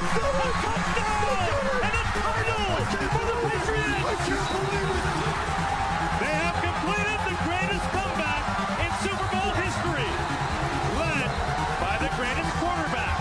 They have completed the greatest comeback in Super Bowl history, led by the greatest quarterback.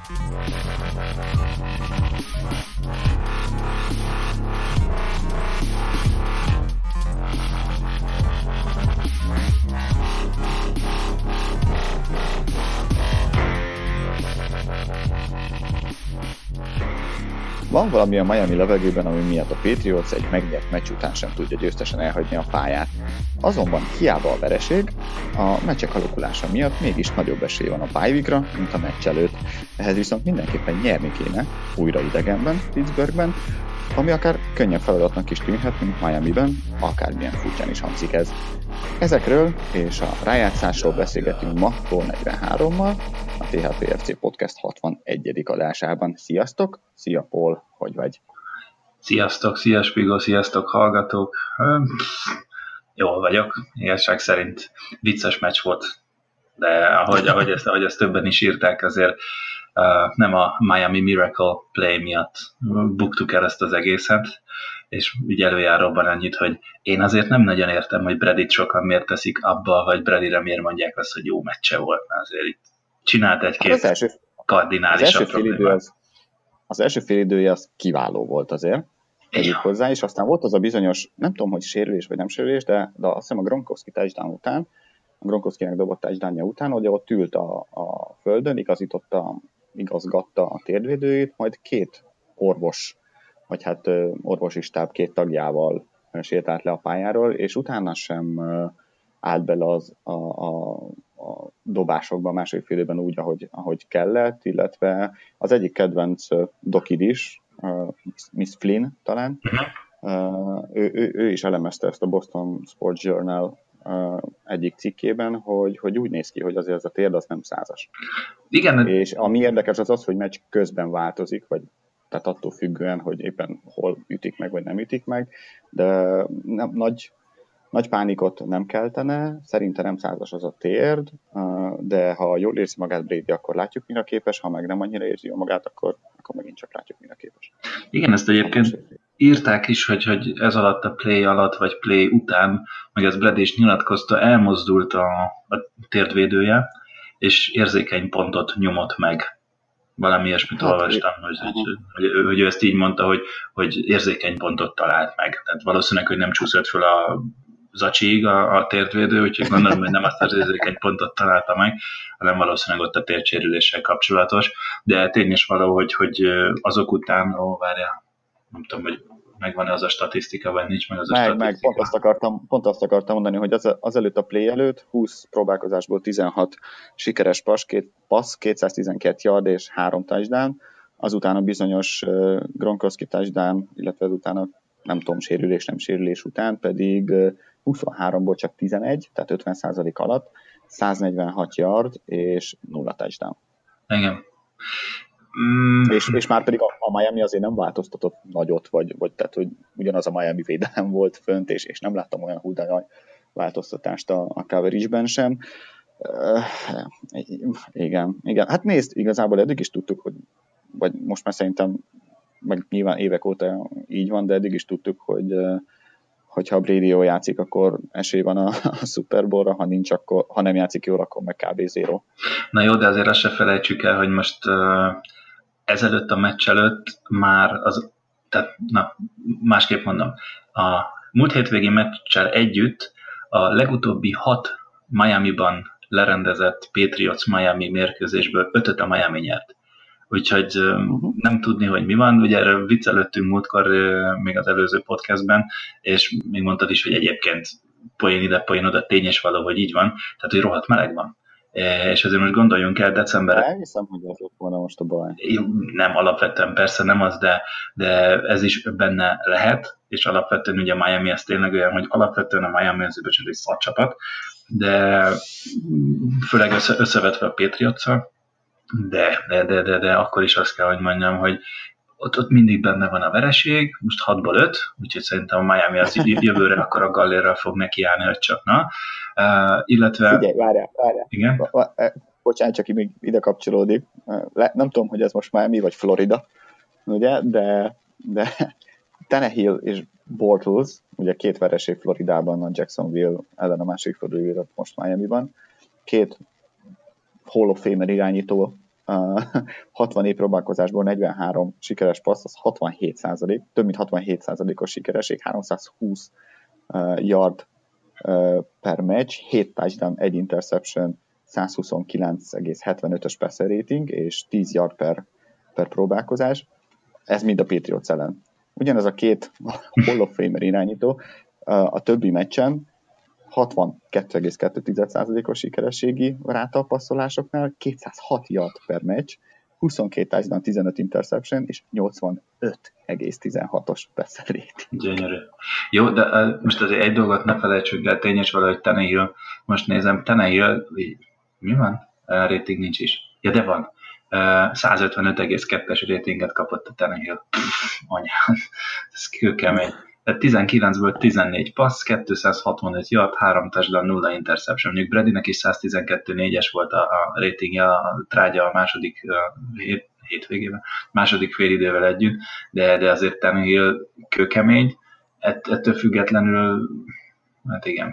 Van valami a Miami levegőben, ami miatt a Patriots egy megnyert meccs után sem tudja győztesen elhagyni a pályát. Azonban hiába a vereség, a meccsek alakulása miatt mégis nagyobb esély van a bye weekra, mint a meccs előtt. Ehhez viszont mindenképpen nyerni kéne, újra idegenben, Pittsburghben, ami akár könnyebb feladatnak is tűnhet, mint Miamiben, akármilyen furcsán is hangzik ez. Ezekről és a rájátszásról beszélgetünk ma Gól 43-mal, a THPFC Podcast 61. adásában. Sziasztok! Szia Paul, hogy vagy? Sziasztok, szia Spigó, sziasztok hallgatók! Jól vagyok, igazság szerint vicces meccs volt, de ahogy ezt többen is írták, azért nem a Miami Miracle Play miatt buktuk el ezt az egészet, és így előjáróban annyit, hogy én azért nem nagyon értem, hogy Bradyt sokan miért teszik abba, vagy Bradyre miért mondják azt, hogy jó meccse volt, azért itt csinált egy-két kardinálisabb problémát. Az első fél idője az kiváló volt azért, tegyük hozzá, és aztán volt az a bizonyos, nem tudom, hogy sérülés vagy nem sérülés, de azt hiszem a Gronkowski touchdown után, a Gronkowskinek dobott touchdownja után, hogy ott ült a földön, igazgatta a térdvédőjét, majd két orvos, vagy hát orvosi stáb két tagjával sétált le a pályáról, és utána sem állt bele a dobásokba a második fél időben úgy, ahogy kellett, illetve az egyik kedvenc dokid is, Miss Flynn talán, ő is elemezte ezt a Boston Sports Journal egyik cikkében, hogy úgy néz ki, hogy azért ez a térd az nem 100-as. Igen. És ami érdekes az, hogy meccs közben változik, tehát attól függően, hogy éppen hol ütik meg, vagy nem ütik meg, de nagy pánikot nem keltene, szerintem nem 100-as az a térd, de ha jól érzi magát Brady, akkor látjuk, mire képes, ha meg nem annyira érzi jól magát, akkor megint csak látjuk, mire képes. Igen, ezt egyébként írták is, hogy ez alatt a play alatt, vagy play után, meg ez Brady is nyilatkozta, elmozdult a térdvédője, és érzékeny pontot nyomott meg. Valami ilyesmit olvastam, hogy ő ezt így mondta, hogy érzékeny pontot talált meg. Tehát valószínűleg, hogy nem csúszott föl a zacsiig a térdvédő, úgyhogy gondolom, hogy nem azt az érzékeny pontot találta meg, hanem valószínűleg ott a térdsérüléssel kapcsolatos. De tény is való, hogy azok után, várjál, nem tudom, hogy megvan-e az a statisztika, vagy nincs meg az a statisztika. Pont azt akartam mondani, hogy azelőtt a play előtt 20 próbálkozásból 16 sikeres passz, 212 yard és 3 touchdown, azután a bizonyos Gronkowski touchdown, illetve azután nem tudom, sérülés, nem sérülés után pedig 23-ból csak 11, tehát 50% alatt, 146 yard és 0 touchdown. Igen. És már pedig a Miami azért nem változtatott nagyot, vagy tehát, hogy ugyanaz a Miami védelem volt fönt, és nem láttam olyan húdány változtatást a coverage-ben sem. Igen. Hát nézd, igazából eddig is tudtuk, vagy most már szerintem, meg nyilván évek óta így van, de eddig is tudtuk, hogyha Brady jól játszik, akkor esély van a Super Bowl-ra, ha nincs, akkor, ha nem játszik jól, akkor meg kb. 0. Na jó, de azért azt se felejtsük el, hogy most ezelőtt a meccs előtt már másképp mondom, a múlt hétvégi meccsel együtt a legutóbbi 6 Miami-ban lerendezett Patriots Miami mérkőzésből 5-öt a Miami nyert. Úgyhogy nem tudni, hogy mi van. Ugye erről viccelődtünk múltkor még az előző podcastben, és még mondtad is, hogy egyébként poén ide, poén oda, tény és való, hogy így van. Tehát, hogy rohadt meleg van. És azért most gondoljunk el decemberre. Elhiszem, hogy ez ott volna most a baj. Nem, alapvetően persze nem az, de ez is benne lehet, és alapvetően ugye a Miami ez tényleg olyan, hogy alapvetően a Miami az egy szarcsapat, de főleg összevetve a Patriots-szal, de akkor is azt kell, hogy mondjam, hogy ott mindig benne van a vereség, most 6-ból 5, úgyhogy szerintem a Miami az jövőre akkor a gallérral fog nekiállni, hogy csak na. Illetve... Figyelj, várjál. Igen? bocsánat, csak még ide kapcsolódik. Nem tudom, hogy ez most Miami vagy Florida, ugye, de Tannehill és Bortles, ugye 2 vereség Floridában, a Jacksonville ellen, a másik fordulóra most Miamiban. 2 Hall of Famer irányító, 60 próbálkozásból 43 sikeres passz, az 67%, több mint 67%-os sikeresség, 320 yard per meccs, 7 touchdown, 1 interception, 129,75-ös passer rating, és 10 yard per próbálkozás. Ez mind a Patriots ellen. Ugyanez a 2 Hall of Famer irányító a többi meccsen 62,2%-os sikerességi ráta a passzolásoknál, 206 yard per meccs, 22 touchdown, 15 interception, és 85,16-os passer rating. Gyönyörű. Jó, de most azért egy dolgot ne felejtsük, de tényes valahogy Tannehill, most nézem, Tannehill, mi van? Rating nincs is. Ja, de van. 155,2-es ratinget kapott a Tannehill. Anyám, ez kőkemény. Tehát 19-ből 14 passz, 265 yard, 3 touchdown, 0 interception. Mondjuk Bradynek is 112,4-es volt a ratingja, a trágya a második hétvégében, második félidővel együtt, de azért Tannehill kőkemény, ettől függetlenül, hát igen.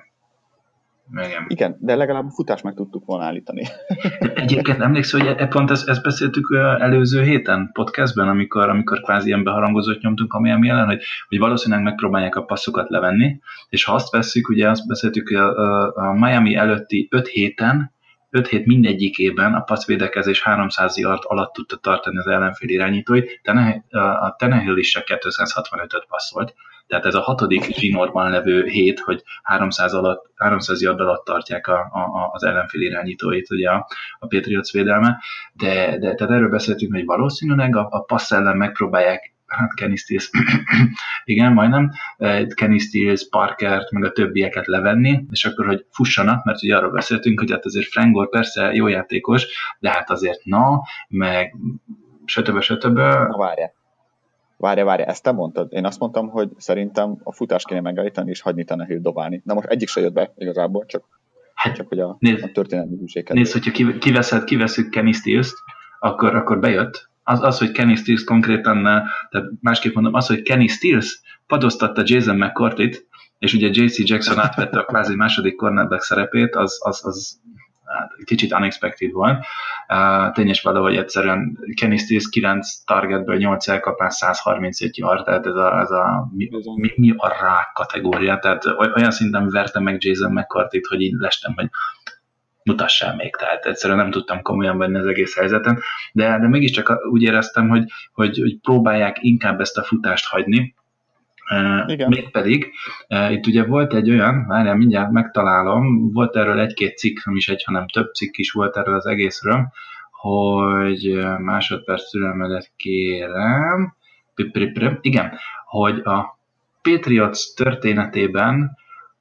Igen, de legalább a futást meg tudtuk volna állítani. Egyébként emlékszel, hogy pont ezt beszéltük előző héten podcastben, amikor kvázi ilyen beharangozót nyomtunk a Miami ellen, hogy valószínűleg megpróbálják a passzokat levenni, és ha azt vesszük, ugye azt beszéltük, a Miami előtti 5 hét mindegyikében a passzvédekezés 300 yard alatt tudta tartani az ellenfél irányítói, a Tannehill is csak 265-öt passzolt. Tehát ez a 6. zsinórban levő hét, hogy 300 yard alatt tartják az ellenfél irányítóit, ugye a Patriots védelme, de tehát erről beszéltünk, hogy valószínűleg a passz ellen megpróbálják, hát Kenny Stills, igen, majdnem, Kenny Stills, Parkert, meg a többieket levenni, és akkor, hogy fussanak, mert ugye arról beszéltünk, hogy hát azért Frank Gore persze jó játékos, de hát azért meg sötöbö. Na várja, ezt te mondtad. Én azt mondtam, hogy szerintem a futást kéne megállítani, és hagyni Tannehill dobálni. Na most egyik se jött be igazából, csak hogy a történelmi hűséget. Nézd, hogyha kiveszünk Kenny Stills-t, akkor bejött. Az, hogy Kenny Stills konkrétan, tehát másképp mondom, az, hogy Kenny Stills padoztatta Jason McCourtyt, és ugye J.C. Jackson átvette a kvázi második cornerback szerepét, az kicsit unexpected volt. Tényes valahogy egyszerűen Kenny Stills 9 targetből 8 elkapás, 135 yard, tehát ez a mi a rák kategória, tehát olyan szinten verte meg Jason McCourtyt, hogy így lestem, hogy mutassál még, tehát egyszerűen nem tudtam komolyan venni az egész helyzeten, de mégiscsak úgy éreztem, hogy próbálják inkább ezt a futást hagyni. Mégpedig, itt ugye volt egy olyan, várjál, mindjárt megtalálom, volt erről 1-2 cikk, nem is egy, hanem több cikk is volt erről az egészről, hogy másodperc türelmedet kérem, igen, hogy a Patriots történetében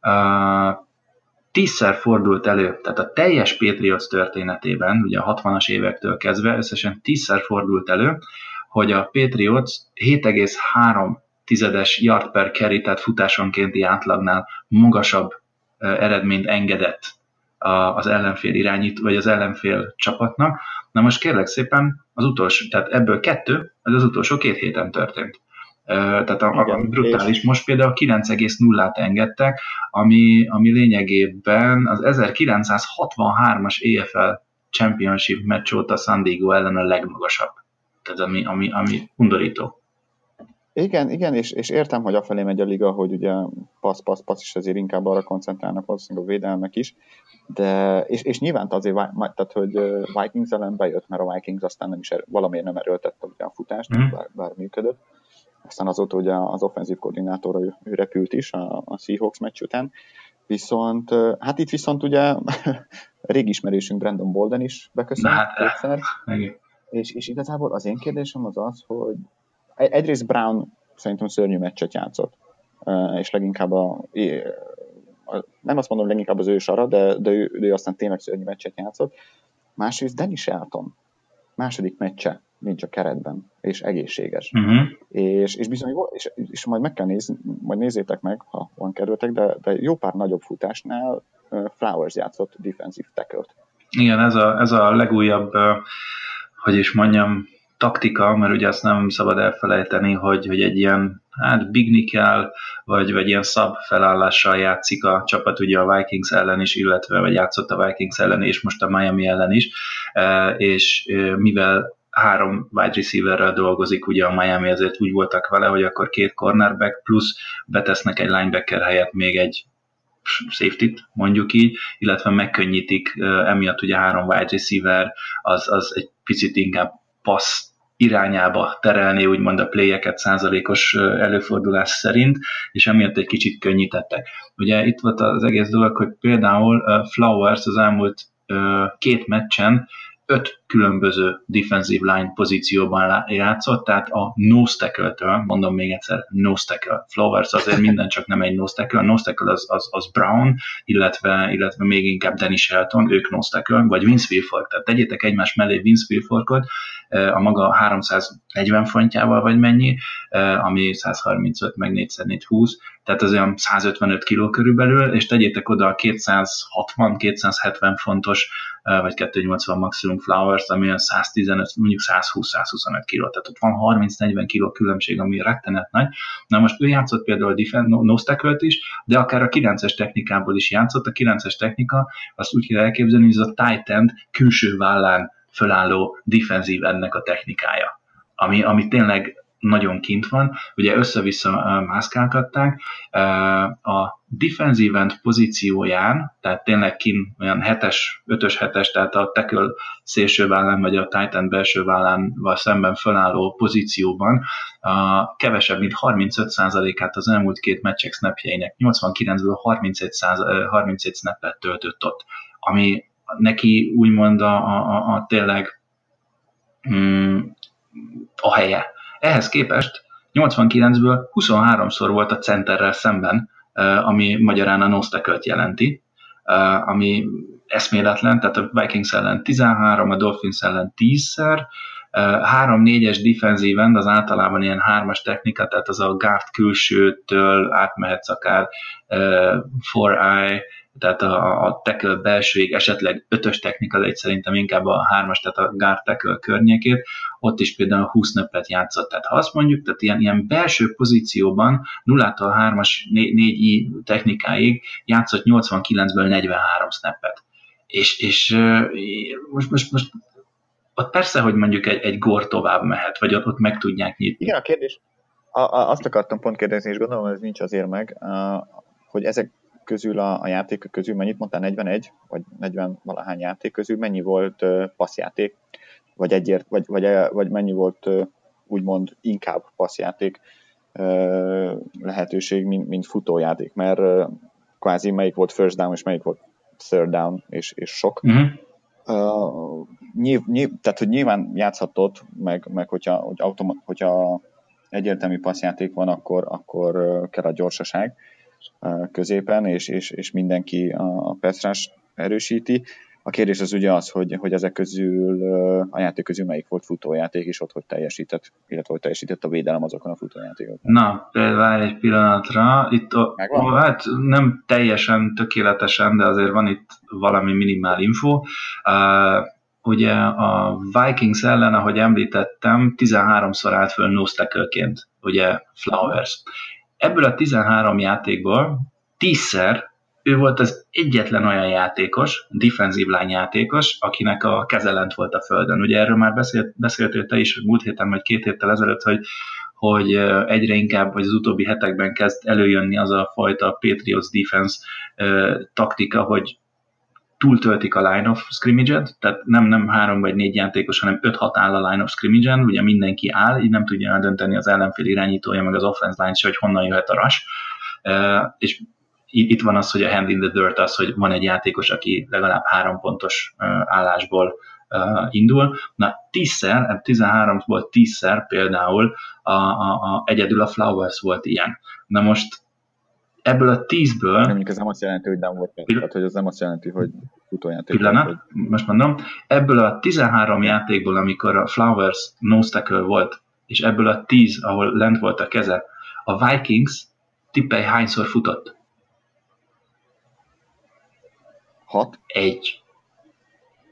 10-szer fordult elő, tehát a teljes Patriots történetében, ugye a 60-as évektől kezdve összesen 10-szer fordult elő, hogy a Patriots 7,3 yard per carry, tehát futásonkénti átlagnál magasabb eredményt engedett az ellenfél irányít, vagy az ellenfél csapatnak. Na most kérlek szépen, az utolsó, tehát ebből 2, ez az utolsó 2 héten történt. Tehát ami brutális. Most például 9,0-át engedtek, ami lényegében az 1963-as EFL Championship meccs óta San Diego ellen a legmagasabb. Tehát ami undorító. Igen, és értem, hogy afelé megy a liga, hogy ugye passz, és ezért inkább arra koncentrálnak valószínűleg a védelmek is, de, és nyilván azért, tehát, hogy Vikings ellen bejött, mert a Vikings aztán nem is valamiért nem erőltette ugye a futást, bár működött. Aztán azóta ugye az offenzív koordinátor, ő repült is a Seahawks meccs után, viszont hát itt viszont ugye régi ismerősünk Brandon Bolden is beköszönt kétszer, és igazából az én kérdésem az, hogy egyrészt Brown szerintem szörnyű meccset játszott, és leginkább nem azt mondom leginkább az ő sara, de ő aztán tényleg szörnyű meccset játszott. Másrészt Danny Shelton második meccse nincs a keretben, és egészséges. És bizony, és majd meg kell nézni, majd nézzétek meg, ha van kedvetek, de jó pár nagyobb futásnál Flowers játszott defensive tackle-t. Igen, ez a legújabb, hogy is mondjam, taktika, mert ugye azt nem szabad elfelejteni, hogy egy ilyen big nickel, vagy ilyen szab felállással játszik a csapat ugye a Vikings ellen is, illetve vagy játszott a Vikings ellen, és most a Miami ellen is, és mivel 3 wide receiverrel dolgozik, ugye a Miami, ezért úgy voltak vele, hogy akkor 2 cornerback plusz betesznek egy linebacker helyett még egy safety-t, mondjuk így, illetve megkönnyítik, emiatt ugye 3 wide receiver, az egy picit inkább passz irányába terelni, úgymond a playeket százalékos előfordulás szerint, és emiatt egy kicsit könnyítettek. Ugye itt volt az egész dolog, hogy például Flowers az elmúlt 2 meccsen 5 különböző defensive line pozícióban játszott, tehát a nose tackle-től, mondom még egyszer, nose tackle. Flowers azért minden csak nem egy nose tackle, a nose tackle az Brown, illetve még inkább Danny Shelton, ők nose tackle, vagy Vince Wilfork, tehát tegyétek egymás mellé Vince Wilforkot, a maga 340 fontjával vagy mennyi, ami 135 meg 4x420, tehát az olyan 155 kg körülbelül, és tegyétek oda a 260-270 fontos, vagy 280 maximum Flowers, ami olyan 115, mondjuk 120-125 kg, tehát ott van 30-40 kg különbség, ami rettenet nagy. Na most ő játszott például a nose tackle-t is, de akár a 9-es technikából is játszott. A 9-es technika, azt úgy kell elképzelni, hogy ez a tight end külső vállán fölálló defenzív ennek a technikája, ami tényleg nagyon kint van, ugye össze-vissza mászkáltatták, a defensive end pozícióján, tehát tényleg kint olyan 7-es, 5-ös 7-es, tehát a tackle szélső vállán, vagy a tight end belső vállánval szemben fölálló pozícióban kevesebb, mint 35%-át az elmúlt 2 meccsek snapjeinek, 89-ből 31 snappet töltött ott, ami neki úgymond a tényleg a helye. Ehhez képest 89-ből 23-szor volt a centerrel szemben, ami magyarán a nose tackle-t jelenti, ami eszméletlen, tehát a Vikings ellen 13, a Dolphins ellen 10-szer, 3-4-es defensive end, az általában ilyen 3-as technika, tehát az a guard külsőtől átmehetsz akár 4-eye, tehát a tackle belsőig, esetleg 5-ös technika, de szerintem inkább a 3-as, tehát a guard tackle környékét, ott is például 20 snappet játszott. Tehát ha azt mondjuk, tehát ilyen belső pozícióban 0-tól 3-as 4i technikáig játszott 89-ből 43 snappet. És most ott persze, hogy mondjuk egy Gore tovább mehet, vagy ott meg tudják nyitni. Igen, a kérdés, azt akartam pont kérdezni, és gondolom, ez nincs azért meg, hogy ezek közül a játékok közül, mennyit mondtál, 41, vagy 40 valahány játék közül, mennyi volt passzjáték, vagy mennyi volt úgymond inkább passzjáték lehetőség, mint futójáték, mert kvázi melyik volt first down, és melyik volt third down, és sok. Uh-huh. Tehát, hogy nyilván játszhatod, meg hogyha egyértelmű passzjáték van, akkor kell a gyorsaság középen, és mindenki a pass rush erősíti. A kérdés az ugye az, hogy ezek közül, a játék közül melyik volt futójáték, és ott hogy teljesített, illetve hogy teljesített a védelem azokon a futójátékokon. Na, várj egy pillanatra. Itt hát nem teljesen tökéletesen, de azért van itt valami minimál info. Ugye a Vikings ellen, ahogy említettem, 13-szor állt föl nose tackle-ként, ugye Flowers. Ebből a 13 játékból 10-szer ő volt az egyetlen olyan játékos, defensive line játékos, akinek a keze lent volt a földön. Ugye erről már beszéltél te is múlt héten, vagy 2 héttel ezelőtt, hogy egyre inkább, vagy az utóbbi hetekben kezd előjönni az a fajta Patriots defense taktika, hogy túltöltik a line of scrimmage-et, tehát nem 3 vagy 4 játékos, hanem 5-6 áll a line of scrimmage-en, ugye mindenki áll, így nem tudja eldönteni az ellenfél irányítója, meg az offense line se, hogy honnan jöhet a rush, és itt van az, hogy a hand in the dirt az, hogy van egy játékos, aki legalább 3 pontos állásból indul. Na 10-szer, 13-ból 10-szer például egyedül a Flowers volt ilyen. Na most ebből a 10-ből... Mondjuk ez nem azt jelenti, hogy nem volt, tehát hogy ez nem azt jelenti, hogy futójáték. Pillanat, most mondom. Ebből a 13 játékból, amikor a Flowers nose tackle volt, és ebből a 10, ahol lent volt a keze, a Vikings tippelj hányszor futott? 6? 1.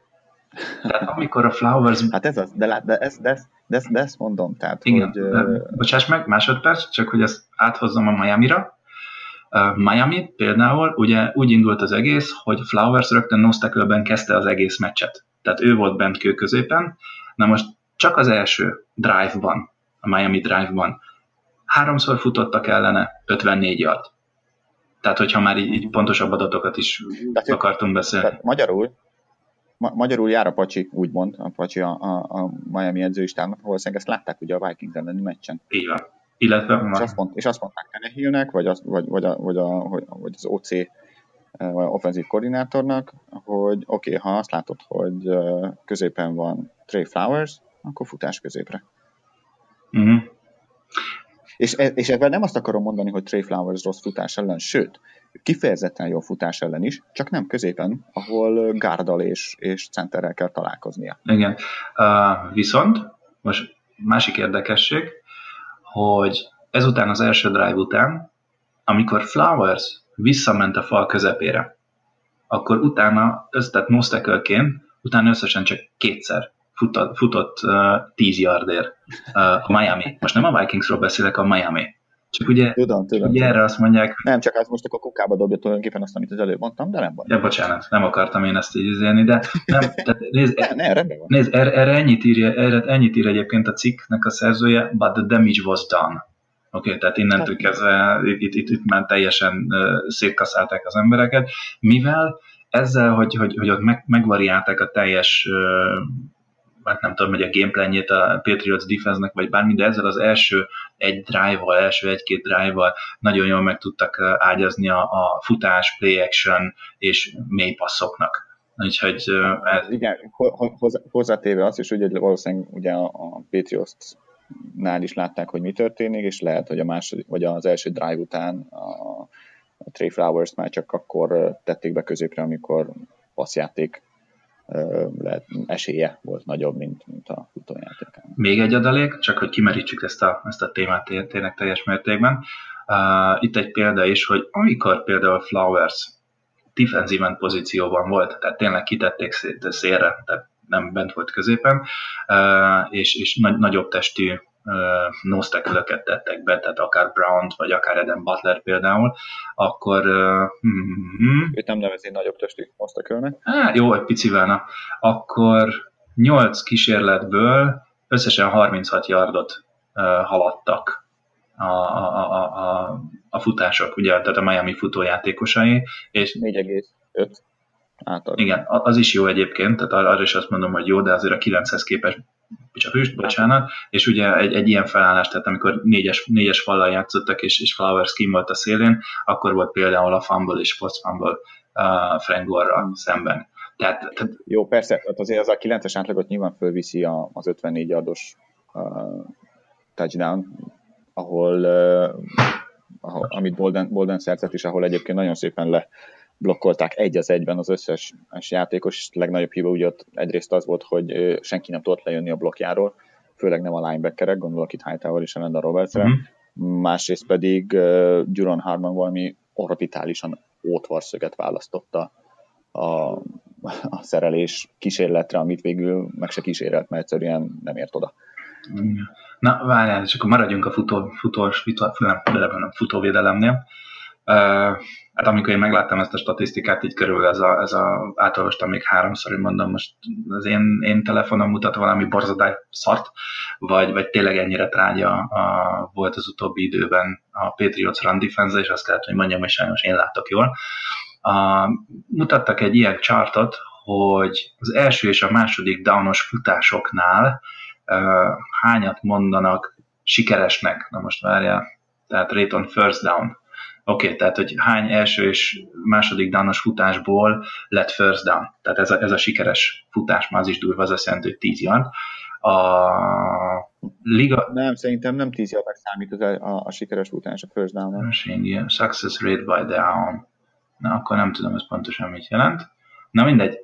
Tehát amikor a Flowers... Hát ez az, de ezt mondom, tehát, igen, hogy... Bocsáss meg, másodperc, csak hogy ezt áthozzam a Miamira. Miami például ugye úgy indult az egész, hogy Flowers rögtön nose tackle-ben kezdte az egész meccset. Tehát ő volt bent kő középen. Na most csak az első drive-ban, a Miami drive-ban 3-szor futottak ellene 54 yard. Tehát, hogyha már így pontosabb adatokat is akartunk beszélni. Tehát magyarul jár a Pacsi, úgymond, a Pacsi a Miami edzőistának, valószínűleg ezt látták ugye a Vikings elleni meccsen. Így van. Illetve és azt mondták Tannehillnek, vagy az OC offenzív koordinátornak, hogy oké, ha azt látod, hogy középen van Trey Flowers, akkor futás középre. Uh-huh. És ebben nem azt akarom mondani, hogy Trey Flowers rossz futás ellen, sőt, kifejezetten jó futás ellen is, csak nem középen, ahol gárdal és centerrel kell találkoznia. Igen. Viszont, most másik érdekesség, hogy ezután az első drive után, amikor Flowers visszament a fal közepére, akkor utána, tehát nose tackle-ként, utána összesen csak kétszer futott 10 yardért a Miami. Most nem a Vikingsról beszélek, a Miami. Csak ugye, tudom. Ugye erre azt mondják... Nem, csak az most a kukába dobja tulajdonképpen azt, amit az előbb mondtam, de nem van. Ja, bocsánat, nem akartam én ezt így üzélni, de nem, tehát rendben van. Nézd, erre ennyit ír egyébként a cikknek a szerzője, but the damage was done. Oké, tehát innentől kezdve itt már teljesen szétkaszálták az embereket, mivel ezzel, hogy ott megvariálták a teljes hát nem tudom, hogy a gameplanjét a Patriots defense-nek, vagy bármi, de ezzel az első egy-két drive-val nagyon jól meg tudtak ágyazni a futás, play action és mély passzoknak. Úgyhogy ez... Igen, hozzátéve azt is, hogy valószínűleg ugye a Patriots-nál is látták, hogy mi történik, és lehet, hogy a második, vagy az első drive után a Trey Flowers már csak akkor tették be középre, amikor passzjáték lehet, esélye volt nagyobb, mint a futójátékán. Még egy adalék, csak hogy kimerítsük ezt a témát tényleg teljes mértékben. Itt egy példa is, hogy amikor például Flowers defensive end pozícióban volt, tehát tényleg kitették szélre, tehát nem bent volt középen, és nagyobb testű nose tackle-öket tettek be, tehát akár Brown-t, vagy akár Eden Butler például, akkor... Őt nem nevezi nagyobb testű nose tackle-nek? Jó, egy picivel, akkor 8 kísérletből összesen 36 yardot haladtak a futások, ugye, tehát a Miami futójátékosai. És 4,5 átad. Igen, az is jó egyébként, tehát arra is azt mondom, hogy jó, de azért a 9-hez képest bocsánat, és ugye egy ilyen felállás, tehát amikor négyes fallal játszottak, és Flowers kim volt a szélén, akkor volt például a fumble és force fumble Frank Gore-ral szemben. Tehát... Jó, persze, azért az a 9-es átlagot nyilván fölviszi az 54 yardos touchdown, ahol amit Bolden szerzett is, ahol egyébként nagyon szépen blokkolták 1-1-ben az összes játékos. Legnagyobb hiba ugye ott egyrészt az volt, hogy senki nem tudott lejönni a blokkjáról, főleg nem a linebackerek, gondolok itt Hightower és Amanda Robertsre. Másrészt pedig Duron Harmon valami orbitálisan ótvarszöget választotta a szerelés kísérletre, amit végül meg se kísérelt, mert egyszerűen nem ért oda. Na, várjál, és akkor maradjunk a futóvédelemnél. Hát amikor én megláttam ezt a statisztikát, így körül átolvastam még 3-szor, hogy mondom, most az én telefonom mutat valami borzadály szart, vagy tényleg ennyire trágya volt az utóbbi időben a Patriots run defense, és azt kellett, hogy mondjam, hogy sajnos én látok jól. Mutattak egy ilyen chartot, hogy az első és a második downos futásoknál hányat mondanak sikeresnek. Na most várjál, tehát rate on first down. Oké, tehát hogy hány első és második downos futásból lett first down. Tehát ez a sikeres futás, már az is durva, az azt jelenti, hogy 10 yard. A liga... Nem, szerintem nem 10 yardnak számít a sikeres futás a first down. Success rate by down. Na, akkor nem tudom, ez pontosan mit jelent. Na mindegy.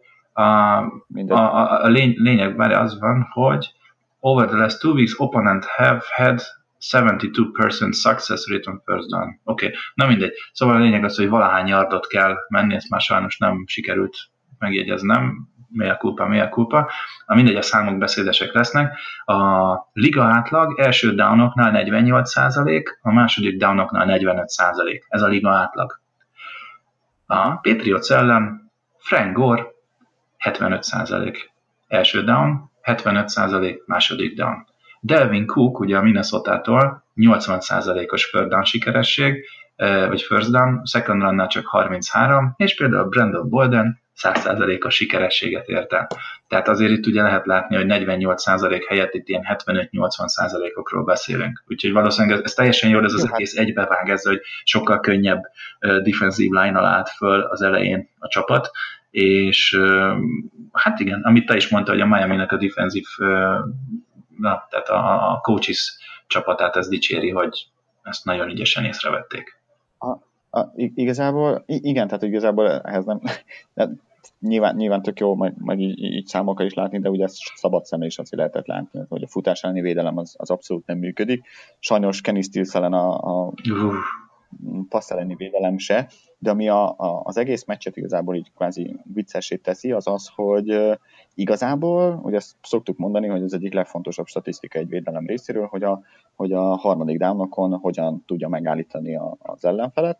A lényeg már az van, hogy over the last 2 weeks, opponent have had 72% success rate on first down. Oké, na mindegy. Szóval a lényeg az, hogy valahány yardot kell menni, ezt már sajnos nem sikerült megjegyeznem. mea culpa. Mindegy, a számok beszédesek lesznek. A liga átlag első downoknál 48%, a második downoknál 45%. Ez a liga átlag. A Patriots ellen Frank Gore 75%. Első down, 75% második down. Delvin Cook, ugye a Minnesota-tól 80%-os first down sikeresség, vagy first down, second runnál csak 33, és például Brandon Bolden 100%-os sikerességet ért el. Tehát azért itt ugye lehet látni, hogy 48% helyett itt ilyen 75-80%-okról beszélünk. Úgyhogy valószínűleg ez teljesen jól, ez az egész egybevág ezzel, hogy sokkal könnyebb defensive line-nal állt föl az elején a csapat, és hát igen, amit te is mondta, hogy a Miami-nek a defensive, tehát a coaches csapatát ez dicséri, hogy ezt nagyon ügyesen észrevették. Igazából, igen, tehát igazából ehhez nem, nyilván tök jó meg így számokkal is látni, de ugye ezt szabad szemmel is azért lehetett látni, hogy a futás elleni védelem az abszolút nem működik. Sajnos Kenny Stills ellen a passz elleni védelem se, de ami az egész meccset igazából így kvázi viccessé teszi, az, hogy igazából, ugye ezt szoktuk mondani, hogy az egyik legfontosabb statisztika egy védelem részéről, hogy a harmadik downokon hogyan tudja megállítani az ellenfelet,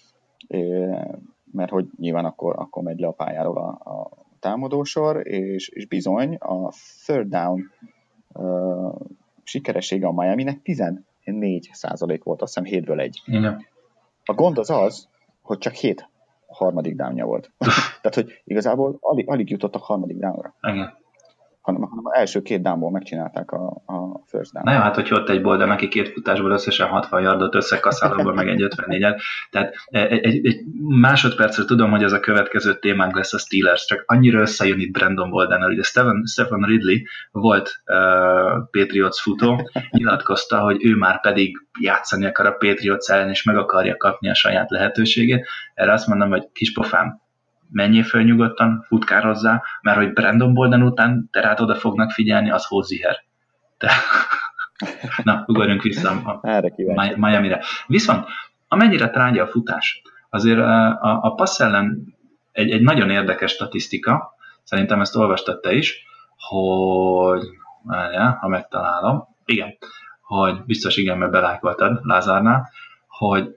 mert hogy nyilván akkor megy le a pályáról a támadósor, és bizony a third down sikeressége a Miaminek 14% volt, azt hiszem 7-ből 1. Igen. A gond az, hogy csak 7 harmadik downja volt. Tehát, hogy igazából alig jutottak harmadik downra. Igen. Hanem az első 2 downból megcsinálták a first down. Na jó, hát hogy ott egy Bolden, aki 2 futásból összesen 60 yardot összekaszál, abból meg egy 54-et. Tehát egy másodpercre tudom, hogy ez a következő témánk lesz a Steelers, csak annyira összejön itt Brandon Boldennel, ugye Stephen Ridley volt Patriots futó, nyilatkozta, hogy ő már pedig játszani akar a Patriots ellen, és meg akarja kapni a saját lehetőségét. Erre azt mondom, hogy kispofám, menjél föl nyugodtan, futkározzá, mert hogy Brandon Bolden után te rád oda fognak figyelni, az hóziher. Na, ugorjunk vissza a Miami-re. Viszont, amennyire trágya a futás, azért a passz ellen egy nagyon érdekes statisztika, szerintem ezt olvastad te is, hogy, ha megtalálom, igen, hogy biztos igen, mert belájkoltad Lázárnál, hogy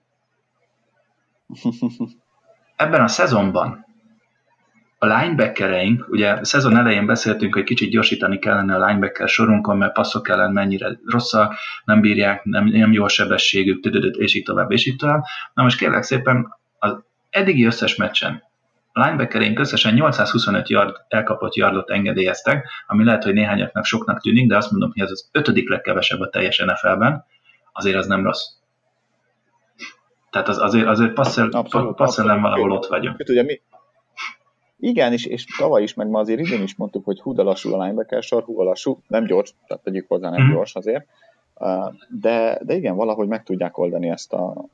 ebben a szezonban a linebackereink, ugye a szezon elején beszéltünk, hogy kicsit gyorsítani kellene a linebacker sorunkon, mert passzok ellen mennyire rosszak, nem bírják, nem jó a sebességük, és így tovább, és így tovább. Na most kérlek szépen, az eddigi összes meccsen a linebackereink összesen 825 elkapott yardot engedélyeztek, ami lehet, hogy néhányaknak soknak tűnik, de azt mondom, hogy ez az 5. legkevesebb a teljes NFL-ben, azért az nem rossz. Tehát azért passz ellen valahol ott vagyunk. Ugye igen, és tavaly is, meg ma azért idén is mondtuk, hogy hú, de lassú a linebacker sor, hú, lassú, nem gyors, tehát tegyük hozzá, nem gyors azért, de igen, valahogy meg tudják oldani ezt a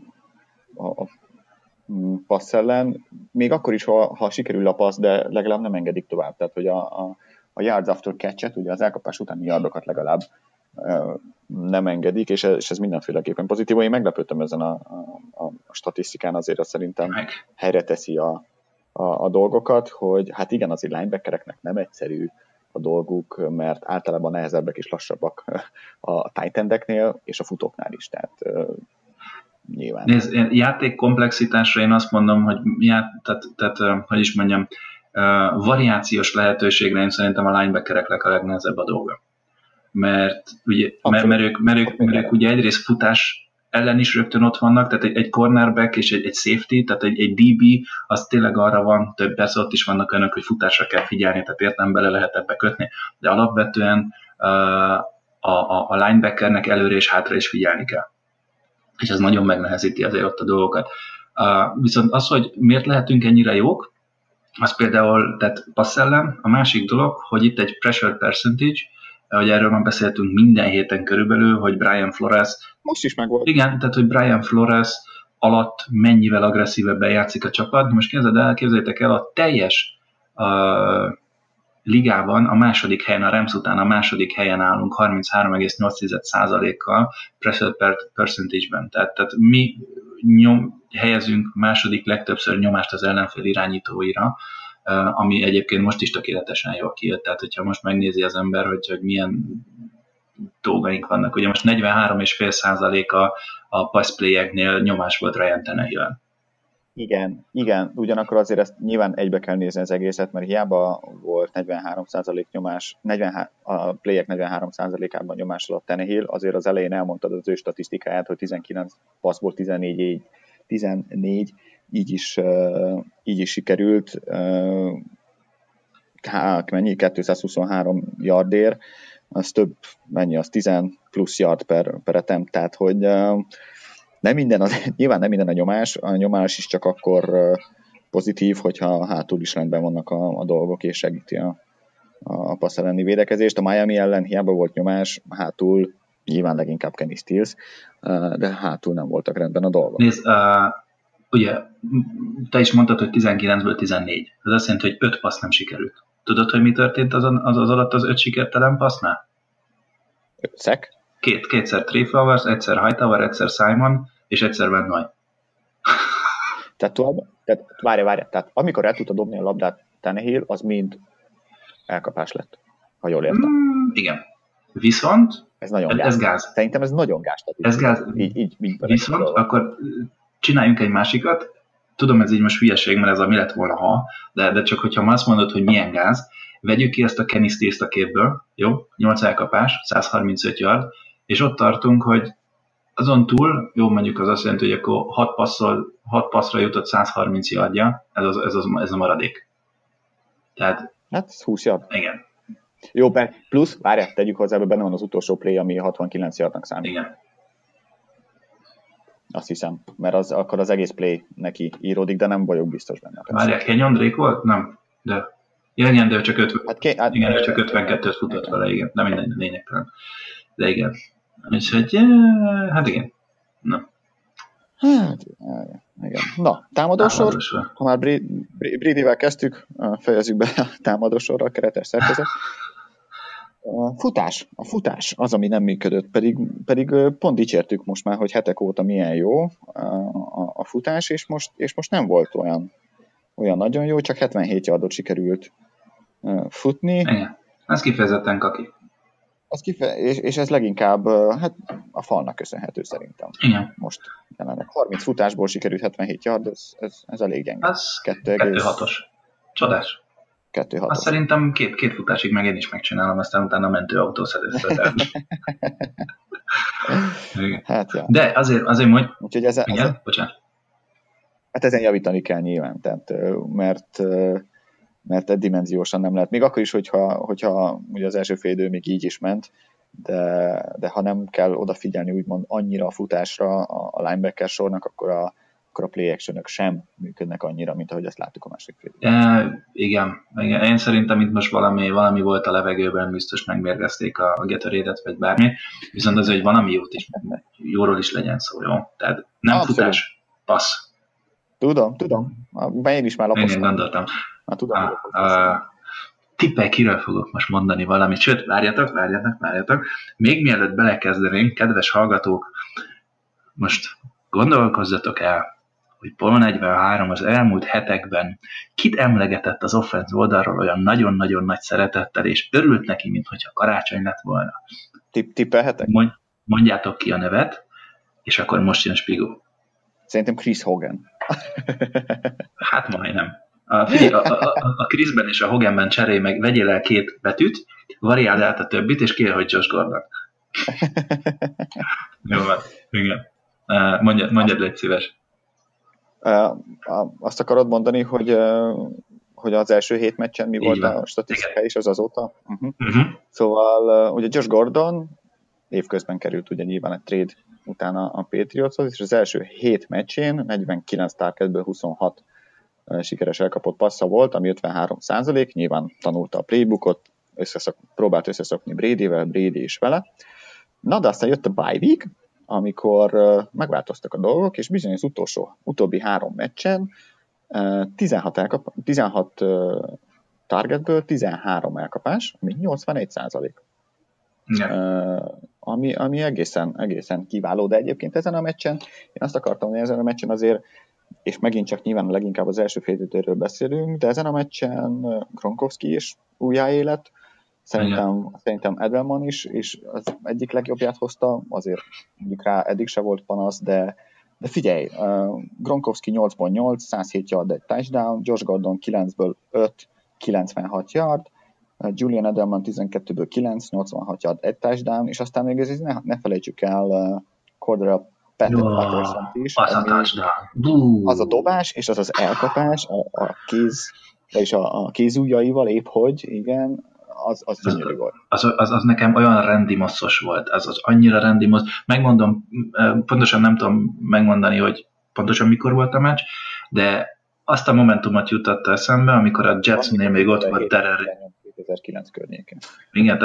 passz ellen, még akkor is, ha sikerül a passz, de legalább nem engedik tovább, tehát hogy a yards after catch-et, ugye az elkapás utáni yardokat legalább nem engedik, és ez mindenféleképpen pozitív. Én meglepődtem ezen a statisztikán, azért azt szerintem helyre teszi a dolgokat, hogy hát igen, azért linebackereknek nem egyszerű a dolguk, mert általában nehezebbek és lassabbak a tight endeknél, és a futóknál is, tehát nyilván. Nézd, játék komplexitásra én azt mondom, hogy hogy is mondjam, variációs lehetőségre én szerintem a linebackereknek a legnehezebb a dolga. Mert ők ugye egyrészt futás ellen is rögtön ott vannak, tehát egy cornerback és egy safety, tehát egy DB, az tényleg arra van, több persze ott is vannak önök, hogy futásra kell figyelni, tehát értem bele lehet ebbe kötni, de alapvetően a linebackernek előre és hátra is figyelni kell. És ez nagyon megnehezíti azért ott a dolgokat. Viszont az, hogy miért lehetünk ennyire jók, az például, tehát passz ellen, a másik dolog, hogy itt egy pressure percentage, ahogy erről már beszéltünk minden héten körülbelül, hogy Brian Flores... Most is megvolt. Igen, tehát hogy Brian Flores alatt mennyivel agresszívebben játszik a csapat. Most képzeljétek el, a teljes ligában a második helyen, a Rams után a második helyen állunk 33,8%-kal pressure percentage-ben. Tehát mi helyezünk második legtöbbször nyomást az ellenfél irányítóira, ami egyébként most is tökéletesen jól kijött. Tehát, hogyha most megnézi az ember, hogy milyen dolgaink vannak. Ugye most 43,5% a passplayeknél nyomás volt Ryan Tannehill-en. Igen, ugyanakkor azért ezt nyilván egybe kell nézni az egészet, mert hiába volt 43% nyomás, a playek 43%-ában nyomás alatt Tannehill, azért az elején elmondtad az ő statisztikáját, hogy 19 passzból 14, így is sikerült, mennyi? 223 yardért, az több, mennyi az 10 plusz yard per attempt, tehát hogy nyilván nem minden a nyomás is csak akkor pozitív, hogyha hátul is rendben vannak a dolgok, és segíti a passz elleni védekezést. A Miami ellen hiába volt nyomás, hátul nyilván leginkább Kenny Stills, de hátul nem voltak rendben a dolgok. Nézd, ugye, te is mondtad, hogy 19-ből 14. Ez azt jelenti, hogy 5 passz nem sikerült. Tudod, hogy mi történt az alatt az 5 sikertelen passznál? Szek? Kétszer Trey Flowers, egyszer Hightower, egyszer Simon, és egyszer Van Noy. Tehát várj, tehát amikor el tudta dobni a labdát Tannehill, az mind elkapás lett, ha jól értem. Igen. Viszont ez nagyon gáz. Ez gáz. Szerintem ez nagyon gáz. Ez gáz. Így viszont akkor csináljunk egy másikat. Tudom, ez így most hülyeség, mert ez a mi lett volna ha, de csak hogyha már azt mondod, hogy milyen gáz, vegyük ki ezt a Kenny Stills a képből, jó? 8 elkapás, 135 yard, és ott tartunk, hogy azon túl, jó, mondjuk az azt jelenti, hogy akkor 6 passzra jutott 130 yardja, ez a maradék. Tehát... Hát 20 yard. Igen. Jó, plusz, várjál, tegyük hozzá, benne van az utolsó play, ami 69 yardnak számít. Igen. Azt hiszem, mert akkor az egész play neki íródik, de nem vagyok biztos benne. Várjál, Kenyon Drake volt? Nem, de... Igen, de csak 52-t futott vele, igen. Nem minden lényegtelen. De igen. Úgyhogy, hát igen. Na. Hát, igen. Na, támadósor. Ha már Bradyvel kezdtük, fejezzük be a támadósorra, a keretes szerkezet. A futás az, ami nem működött, pedig pont dicsértük most már, hogy hetek óta milyen jó a futás, és most nem volt olyan nagyon jó, csak 77 yardot sikerült futni. Igen, ez kifejezetten kaki. És ez leginkább hát a falnak köszönhető szerintem. Igen. Most jelenleg 30 futásból sikerült 77 yard, ez elég gyenge. Ez 2,6-os. Csodás. 2,6-os. Azt szerintem két futásig meg én is megcsinálom, aztán utána a mentőautó szedőszötel. Hát, ja. De azért mondj... Úgyhogy igen, bocsánat. Hát ezen javítani kell nyilván, tehát, mert dimenziósan nem lehet. Még akkor is, hogyha ugye az első fél idő még így is ment, de ha nem kell odafigyelni úgymond annyira a futásra a linebacker sornak, akkor a play actionök sem működnek annyira, mint ahogy ezt láttuk a másik fél időben. Igen. Én szerintem itt most valami volt a levegőben, biztos megmérgezték a Gatorade-et, vagy bármi, viszont az, hogy valami jóról is legyen szó, jó? Tehát nem abszolút. Futás, passz. Tudom. Én is már lapoztam. Én gondoltam. Már tudom, tippel kiről fogok most mondani valamit, sőt, várjatok. Még mielőtt belekezdenénk, kedves hallgatók, most gondolkozzatok el, hogy Pol 43 az elmúlt hetekben kit emlegetett az offense oldalról olyan nagyon-nagyon nagy szeretettel, és örült neki, mintha karácsony lett volna. Tippelhetek? Mondjátok ki a nevet, és akkor most jön Spigó. Szerintem Chris Hogan. Hát majdnem. A Chrisben és a Hoganben cserélj meg, vegyél el 2 betűt, variáld át a többit, és kérj, hogy Josh Gordon. Jó van, igen. Mondjad, légy szíves. Azt akarod mondani, hogy az első 7 meccsen mi volt a statisztika is az azóta? Szóval ugye Josh Gordon évközben került ugye nyilván egy trade utána a Patriotshoz, és az első 7 meccsén 49 targetből 26 sikeres elkapott passza volt, ami 53%, nyilván tanulta a playbookot, próbált összeszokni Bradyvel, Brady is vele. Na, de aztán jött a bye week, amikor megváltoztak a dolgok, és bizony az utóbbi 3 meccsen 16 targetből 13 elkapás, ami 81%. Ami egészen kiváló, de egyébként ezen a meccsen, én azt akartam, hogy ezen a meccsen azért és megint csak nyilván leginkább az első fél időről beszélünk, de ezen a meccsen Gronkowski is újjáélet, szerintem Edelman is, és az egyik legjobbját hozta, azért mondjuk rá eddig se volt panasz, de figyelj, Gronkowski 8-ból 8, 107 yard, egy touchdown, Josh Gordon 9-ből 5, 96 yard, Julian Edelman 12-ből 9, 86 yard, egy touchdown, és aztán még ne felejtsük el Cordell Patterson is. Az a touchdown. Az a dobás, és az az elkapás, a kéz, és a kézujjaival épp hogy, igen, az gyönyörű volt. Az nekem olyan Randy Moss-os volt, az annyira Randy Moss. Megmondom, pontosan nem tudom megmondani, hogy pontosan mikor volt a meccs, de azt a momentumot jutott eszembe, amikor a Jetsnél még ott volt Darrell 2009 környéken. Igen,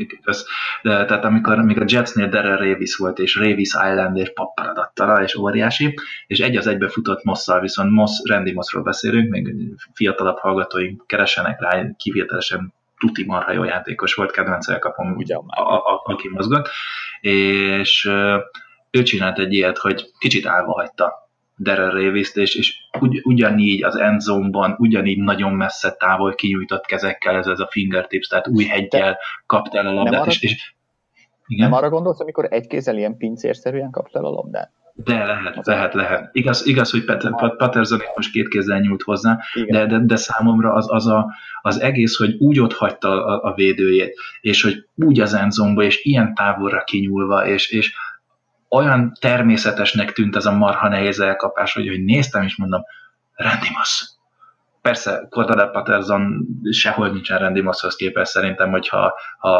tehát amikor a Jetsnél Darrell Revis volt, és Revis Island, és papparadattal, és óriási, és egy az egybe futott Mosszal, viszont Randy Mossról beszélünk, még fiatalabb hallgatóink keressenek rá, kivételesen tuti marha jó játékos volt, kedvenc elkapom, aki mozgott, és ő csinált egy ilyet, hogy kicsit állva hagyta Darrell Revis-t, és ugyanígy az endzone-ban, ugyanígy nagyon messze távol kinyújtott kezekkel, ez a fingertips, tehát új heggyel kapta el a labdát. Igen? Nem arra gondolsz, amikor egy kézzel ilyen pincérszerűen kapta el a labdát? De lehet. Igaz, hogy Patterson most két kézzel nyújt hozzá, de számomra az egész, hogy úgy ott hagyta a védőjét, és hogy úgy az endzone-ba, és ilyen távolra kinyúlva, és olyan természetesnek tűnt ez a marha nehéz elkapás, hogy néztem, és mondom, Randy Moss. Persze, Cordell Patterson sehol nincsen Randy Mosshoz képest, szerintem, hogyha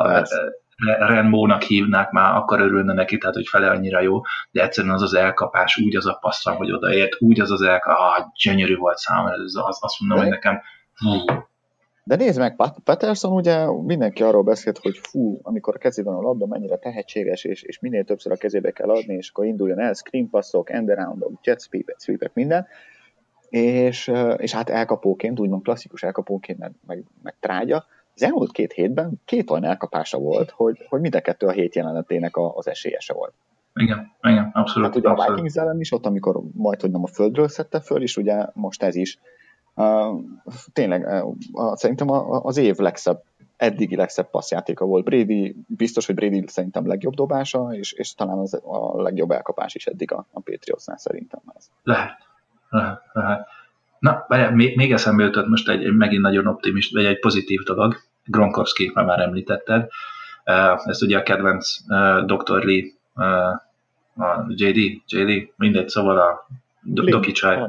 Renmónak hívnák már, akkor örülne neki, tehát hogy fele annyira jó, de egyszerűen az elkapás, úgy az a passzal, hogy odaért, úgy az elkapás, gyönyörű volt számomra, azt mondom, hogy nekem De nézd meg, Patterson ugye mindenki arról beszélt, hogy amikor a kezében a labda, mennyire tehetséges, és minél többször a kezébe kell adni, és akkor induljon el, screen passzok, end aroundok, jet sweepek, minden, és hát elkapóként, úgymond klasszikus elkapóként, meg trágya. Az elmúlt 2 hétben 2 olyan elkapása volt, hogy mind a 2 a hét jelenetének az esélyese volt. Igen, abszolút. Hát ugye a Vikings ellen is ott, amikor majdhogy nem a földről szedte föl, és ugye most ez is. Tényleg szerintem az év eddigi legszebb passzjátéka volt. Brady, biztos, hogy Brady szerintem legjobb dobása, és talán a legjobb elkapás is eddig a Patriotsnál szerintem. Lehet. Na, még eszembe jutott most megint nagyon optimist, vagy egy pozitív dolog. Gronkowski, már említetted. Ezt ugye a kedvenc Dr. Lee, a JD, mindegy, szóval a Doki Csaj,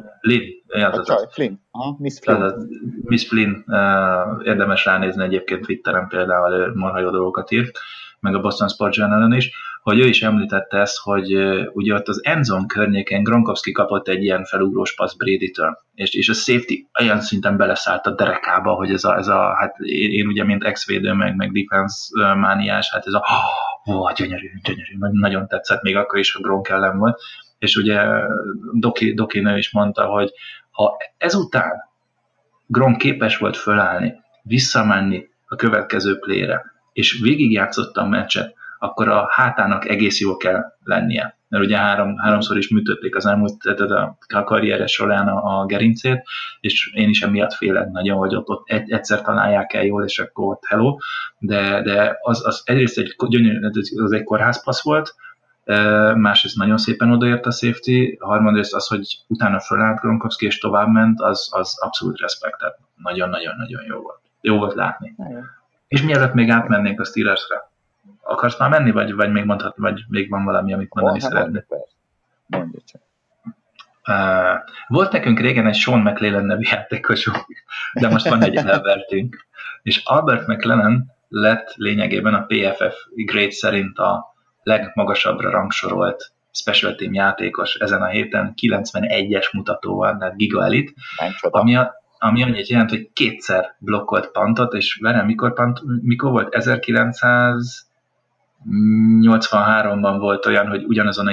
Miss Flynn, érdemes ránézni egyébként Twitteren például, ő marha jó dolgokat írt, meg a Boston Sports Journal-on is, hogy ő is említette ezt, hogy ugye ott az endzone környéken Gronkowski kapott egy ilyen felugrós passz Brady-től, és a safety olyan szinten beleszállt a derekába, hogy ez a hát én ugye mint ex-védő, meg defense mániás, hát ez gyönyörű, nagyon tetszett, még akkor is, ha Gronk ellen volt, és ugye Doki nő is mondta, hogy ha ezután Gronk képes volt fölállni, visszamenni a következő playre, és végigjátszotta a meccset, akkor a hátának egész jól kell lennie. Mert ugye háromszor is műtötték az elmúlt a karrieres során a gerincét, és én is emiatt félek nagyon, hogy ott egyszer találják el jól, és akkor ott hello, de az egyrészt egy kórházpassz volt, másrészt nagyon szépen odaért a safety, harmadrészt az, hogy utána fölállt Gronkowski és továbbment, az abszolút respektet. Nagyon-nagyon-nagyon jó volt. Jó volt látni. És mielőtt még átmennénk a Steelersre, akarsz már menni, vagy még mondhat, vagy még van valami, amit mondani szeretnél? Volt nekünk régen egy Sean McClellan nevű játékosunk, de most van egy Albertünk. És Albert McClellan lett lényegében a PFF grade szerint a legmagasabbra rangsorolt special team játékos ezen a héten, 91-es mutatóval, tehát giga elit, ami annyit jelent, hogy 2-szer blokkolt pantot, és velem mikor volt? 1983-ban volt olyan, hogy ugyanazon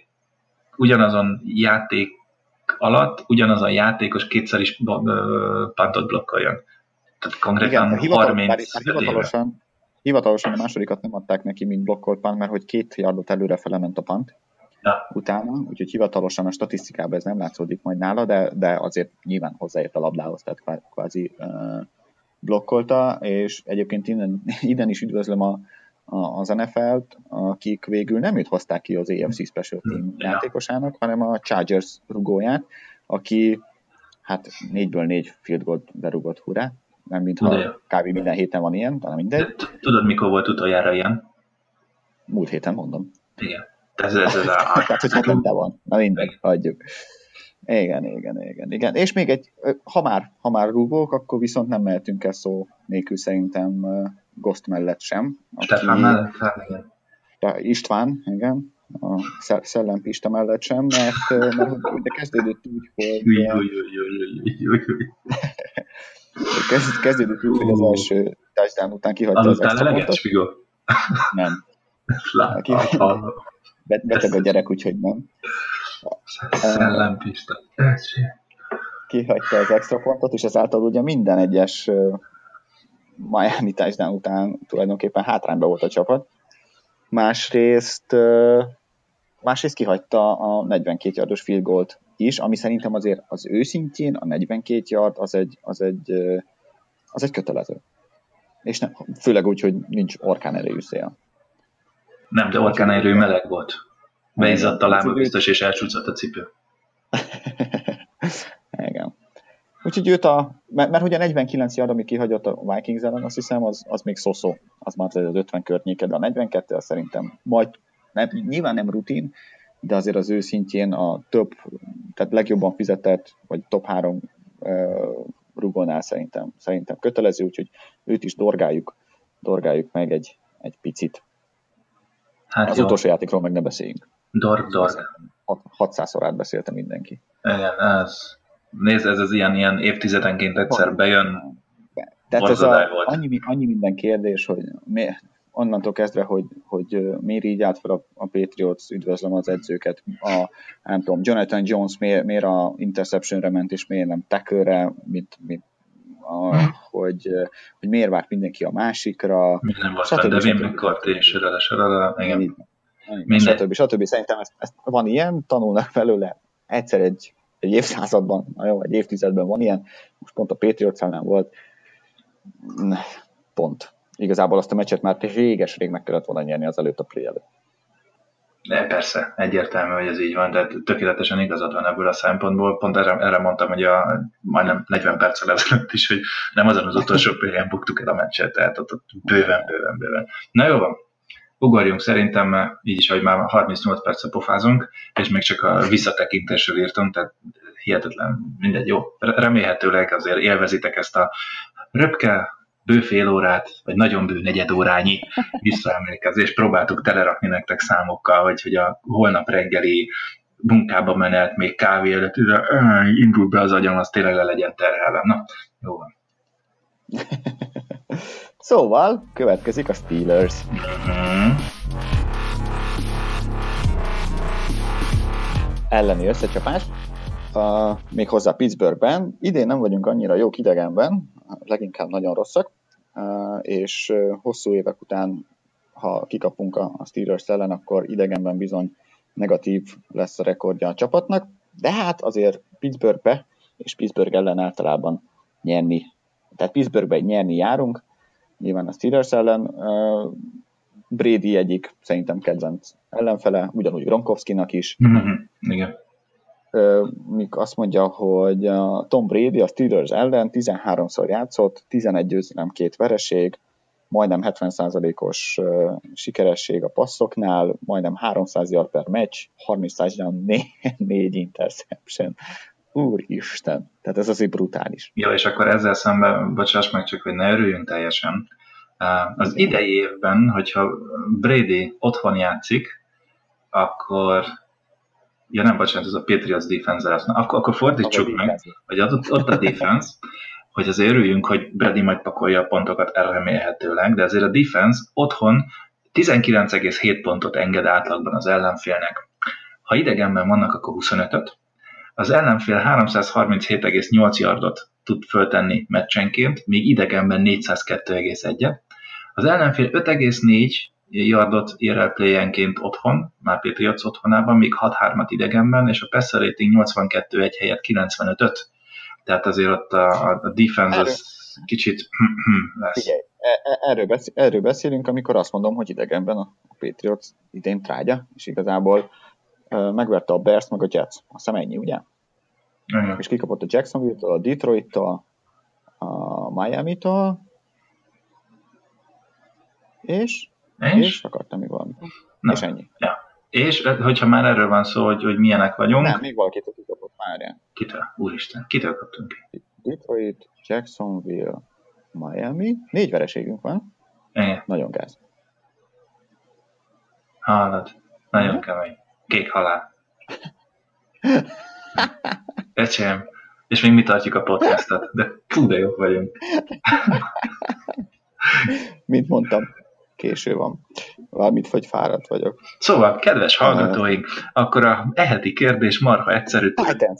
játék alatt ugyanazon játékos 2-szer is pantot blokkoljon. Tehát konkrétan igen, 30 hivatalosan a másodikat nem adták neki, mint blokkolt pant, mert hogy 2 yardot előre fele ment a pant, utána, úgyhogy hivatalosan a statisztikában ez nem látszódik majd nála, de azért nyilván hozzáért a labdához, tehát kvázi blokkolta, és egyébként innen is üdvözlöm az NFL-t, akik végül nem őt hozták ki az AFC Special Team játékosának, hanem a Chargers rugóját, aki hát 4-ből 4 field goalt berugott, hurrá. Nem mintha kb. Minden héten van ilyen, talán mindegy. Tudod, mikor volt utoljára ilyen? Múlt héten, mondom. Igen. Tehát, hogy hetente van. Na mindegy, hagyjuk. Igen. És még egy, ha már rúgók, akkor viszont nem mehetünk el szó nélkül szerintem Ghost mellett sem. Stefán mellett? Igen. István, igen. A Szellem Pista mellett sem, mert ugye kezdődött úgy, hogy... Kezdődött úgy, hogy az első touchdown után kihagyta az extra pontot. Nem. Beteg a gyerek, úgyhogy nem. Szellem Pista. Kihagyta az extra pontot, és ezáltal ugye minden egyes Miami touchdown után tulajdonképpen hátrányban volt a csapat. Másrészt kihagyta a 42 yardos field goalt is, ami szerintem azért az őszintjén a 42 yard az egy kötelező. És nem, főleg úgy, hogy nincs orkánerejű szél. Nem, de orkánerejű meleg volt. Beizzadt a lába biztos, és elcsúszott a cipő. Igen. Úgyhogy őt mert ugye 49 yard, ami kihagyott a Vikings ellen, azt hiszem, az még szó. Az már az 50 környéke, de a 42 az szerintem nyilván nem rutin, de azért az ő szintjén a tehát legjobban fizetett, vagy top 3 rugónál szerintem kötelező, úgyhogy őt is dorgáljuk meg egy picit. Hát az utolsó játékról meg ne beszéljünk. Dorg. 600-szor átbeszélte mindenki. Igen, nézd, ez az ilyen évtizedenként egyszer bejön. Tehát ez annyi minden kérdés, hogy onnantól kezdve, hogy miért így állt fel a Patriots, üdvözlöm az edzőket, nem tudom, Jonathan Jones miért a interceptionre ment, és miért nem tackle-re, hogy miért várt mindenki a másikra. Minden volt, de Wim McCourty és sorada. Stb. Szerintem ezt van ilyen, tanulnak belőle egyszer egy évszázadban, egy évtizedben van ilyen, most pont a Patriots-nál volt, pont. Igazából azt a meccset már réges-rég meg kellett volna nyerni az előtt a play előtt. De persze, egyértelmű, hogy ez így van, de tökéletesen igazad van ebből a szempontból. Pont erre mondtam, hogy majdnem 40 perccel ezelőtt is, hogy nem azon az utolsó play-en buktuk el a meccset, tehát ott bőven. Na jó van, ugorjunk szerintem, így is, hogy már 38 percet pofázunk, és még csak a visszatekintésről írtam, tehát hihetetlen, mindegy, jó. Remélhetőleg azért élvezitek ezt a röpke, bő fél órát, vagy nagyon bő negyed órányi visszaemlékezést próbáltuk telerakni nektek számokkal, hogy a holnap reggeli munkába menet, még kávé előtt, indul be az agyam, az tényleg le legyen terhelve. Na, jó van. Szóval, következik a Steelers. Elleni összecsapás. Méghozzá Pittsburghben. Idén nem vagyunk annyira jók idegenben, leginkább nagyon rosszak, és hosszú évek után, ha kikapunk a Steelers ellen, akkor idegenben bizony negatív lesz a rekordja a csapatnak, de hát azért Pittsburghbe és Pittsburgh ellen általában nyerni. Tehát Pittsburghbe nyerni járunk, nyilván a Steelers ellen. Brady egyik szerintem kedvenc ellenfele, ugyanúgy Gronkowskinak is. Igen. Míg azt mondja, hogy a Tom Brady a Steelers ellen 13-szor játszott, 11 győzelem, 2 vereség, majdnem 70%-os sikeresség a passzoknál, majdnem 300 yard per meccs, 30 touchdown, 4 interception. Úristen, tehát ez azért brutális. Ja, és akkor ezzel szemben, bocsáss meg csak, hogy ne örüljünk teljesen. Az idei évben, hogyha Brady otthon játszik, akkor ja nem, bocsánat, ez a Patriots defense lesz. Akkor fordítsuk meg, hogy ott a defense, hogy azért örüljünk, hogy Brady majd pakolja a pontokat remélhetőleg, de azért a defense otthon 19,7 pontot enged átlagban az ellenfélnek. Ha idegenben vannak, akkor 25-öt. Az ellenfél 337,8 yardot tud föltenni meccsenként, míg idegenben 402,1-et. Az ellenfél 5,4 yardot ér el play-enként otthon, már Patriots otthonában, még 6-3-at idegenben, és a passer rating 82-1 helyett 95-5. Tehát azért ott a defense az kicsit lesz. Figyelj, erről beszélünk, amikor azt mondom, hogy idegenben a Patriots idén trágya, és igazából megverte a Bears meg a Jets. Azt hiszem ennyi, ugye? És kikapott a Jacksonville-től, a Detroit-től, a Miami-től, és akartam még valamit. És ennyi. Ja. És hogyha már erről van szó, hogy milyenek vagyunk. Nem, még valakitől kikapott már. Kitől? Úristen, kitől kaptunk ki? Detroit, Jacksonville, Miami. 4 vereségünk van. Igen. Nagyon gáz. Hallod? Nagyon kemény. Kék halál. Ecsém. És még mi tartjuk a podcastot. De fú, de jók vagyunk. Mint mondtam, késő van. Valamit, hogy fáradt vagyok. Szóval, kedves hallgatóink, akkor a eheti kérdés marha egyszerű. Titans.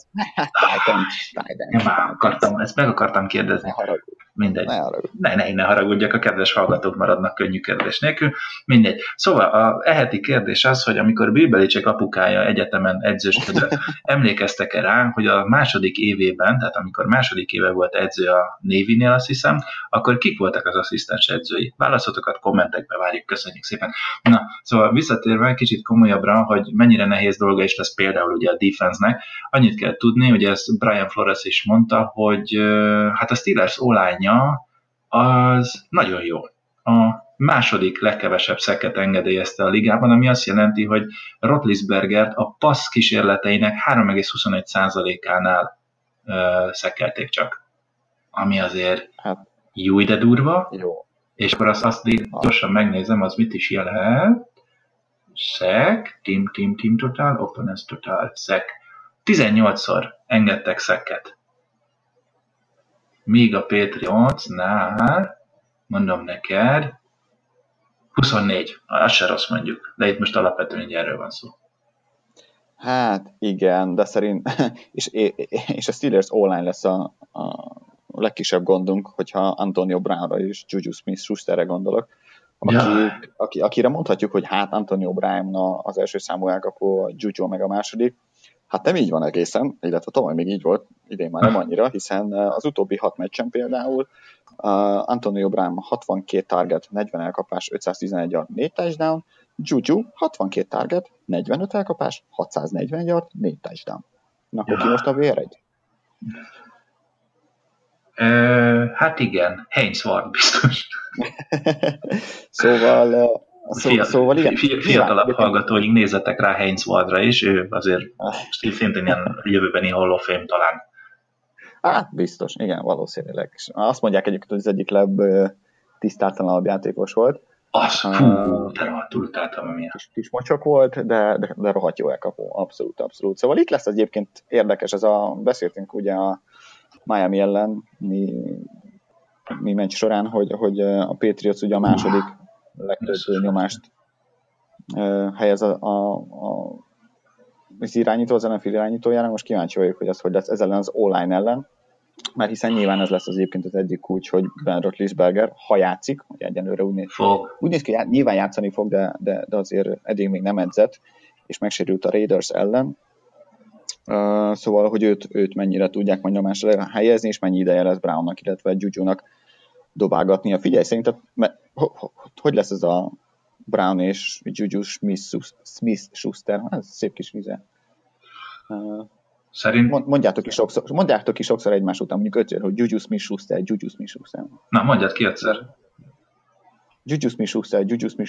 Ezt meg akartam kérdezni. Mindegy. Ne haragudjak, a kedves hallgatók maradnak könnyű kérdés nélkül. Mindegy. Szóval a eheti kérdés az, hogy amikor Bill Belichick apukája egyetemen edzősködött, emlékeztek-e rá, hogy a második évében, tehát amikor második éve volt edző a Navy-nél, azt hiszem, akkor kik voltak az asszisztens edzői? Válaszotokat kommentekbe várjuk, köszönjük szépen. Na, szóval visszatérve kicsit komolyabbra, hogy mennyire nehéz dolga is lesz például ugye a defense-nek, annyit kell tudni, hogy ezt Brian Flores is mondta, hogy hát a Steelers O-line-ja az nagyon jó. A második legkevesebb szekket engedélyezte a ligában, ami azt jelenti, hogy Roethlisbergert a passz kísérleteinek 3,21%-ánál szekkelték csak. Ami azért jó, de durva. Jó. És akkor azt gyorsan megnézem, az mit is jelent. Szek, team total, opponents total, szek. 18-szor engedtek szekket. Míg a Patriotsnál, mondom neked, 24. Az se rossz mondjuk, de itt most alapvetően erről van szó. Hát igen, de szerint, és a Steelers O-line lesz a legkisebb gondunk, hogyha Antonio Brownra és Juju Smith-Schusterre gondolok, akire mondhatjuk, hogy hát Antonio Brown az első számú elkapó, a Juju meg a második. Hát nem így van egészen, illetve tavaly még így volt, idén már nem annyira, hiszen az utóbbi 6 meccsen például Antonio Brown 62 target, 40 elkapás, 511 yard, 4 touchdown, Juju 62 target, 45 elkapás, 640 yard, 4 touchdown. Na, akkor ki most a VR1? Hát igen, Heinz Ward biztos. Szóval igen. Fiatalabb hallgatóink, nézzetek rá Heinz Wardra is, ő azért szintén ilyen jövőbeni Hall of Fame talán. Hát biztos, igen, valószínűleg. Azt mondják egyébként, hogy az egyik tisztáltalanabb játékos volt. De rohadtul utáltam, amilyen. Kis mocsok volt, de rohadt jó elkapó, abszolút. Szóval itt lesz egyébként érdekes, beszéltünk ugye a Miami ellen mi meccs során, hogy a Patriots ugye a második legtöbb nyomást helyez az irányító, az NFL irányítójára. Most kíváncsi vagyok, hogy hogy lesz ez ellen az O-line ellen, mert hiszen nyilván ez lesz az egyébként az egyik kulcs, hogy Ben Roethlisberger, ha játszik, hogy egyenlőre úgy néz ki, nyilván játszani fog, de azért eddig még nem edzett, és megsérült a Raiders ellen. Szóval, hogy őt mennyire tudják majd nyomásra helyezni, és mennyi ideje lesz Brownnak, illetve Juju-nak dobálgatnia. Figyelj, szerinted, hogy lesz ez a Brown és Juju Smith-Schuster? Ez szép kis vize. Mondjátok ki sokszor egymás után, mondjuk 5-ször, hogy Juju Smith-Schuster. Na, mondjad ki 5-szer. Juju Smith-Schuster,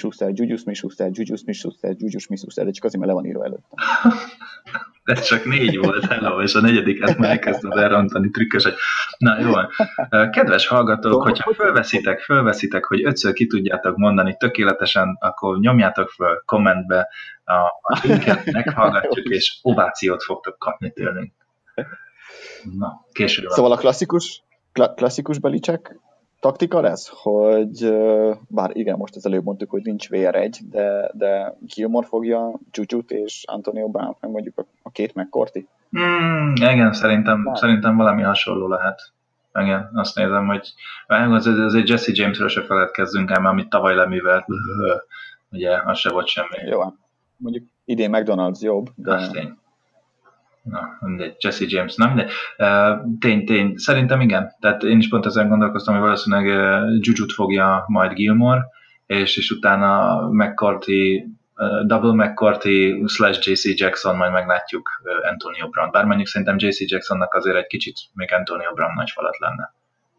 de csak azért, mert le van írva előtte. Ez csak 4 volt, hello, és a negyediket már elkezded elrontani trükkös, hogy na jó. Kedves hallgatók, hogyha fölveszitek, hogy 5-ször ki tudjátok mondani tökéletesen, akkor nyomjátok föl kommentbe a linket, meghallgatjuk, és ovációt fogtok kapni tőlünk. Na, később. Szóval a klasszikus Belichick taktika lesz, hogy bár igen, most az előbb mondtuk, hogy nincs VR1, de Gilmore fogja Jujut és Antonio Brown, meg mondjuk a két McCourty. Igen, szerintem valami hasonló lehet. Igen, azt nézem, hogy azért Jesse Jamesről se feledkezzünk el, amit tavaly leművelt. ugye az se volt semmi. Jó, mondjuk idén McDonald's jobb, de... Az tény. Na, mindegy, Jesse James, nem mindegy. Tény, szerintem igen. Tehát én is pont ezen gondolkoztam, hogy valószínűleg Jujut fogja majd Gilmore, és utána McCourty, Double McCourty / JC Jackson, majd meglátjuk Antonio Brown. Bár mondjuk szerintem JC Jacksonnak azért egy kicsit még Antonio Brown nagy falat lenne.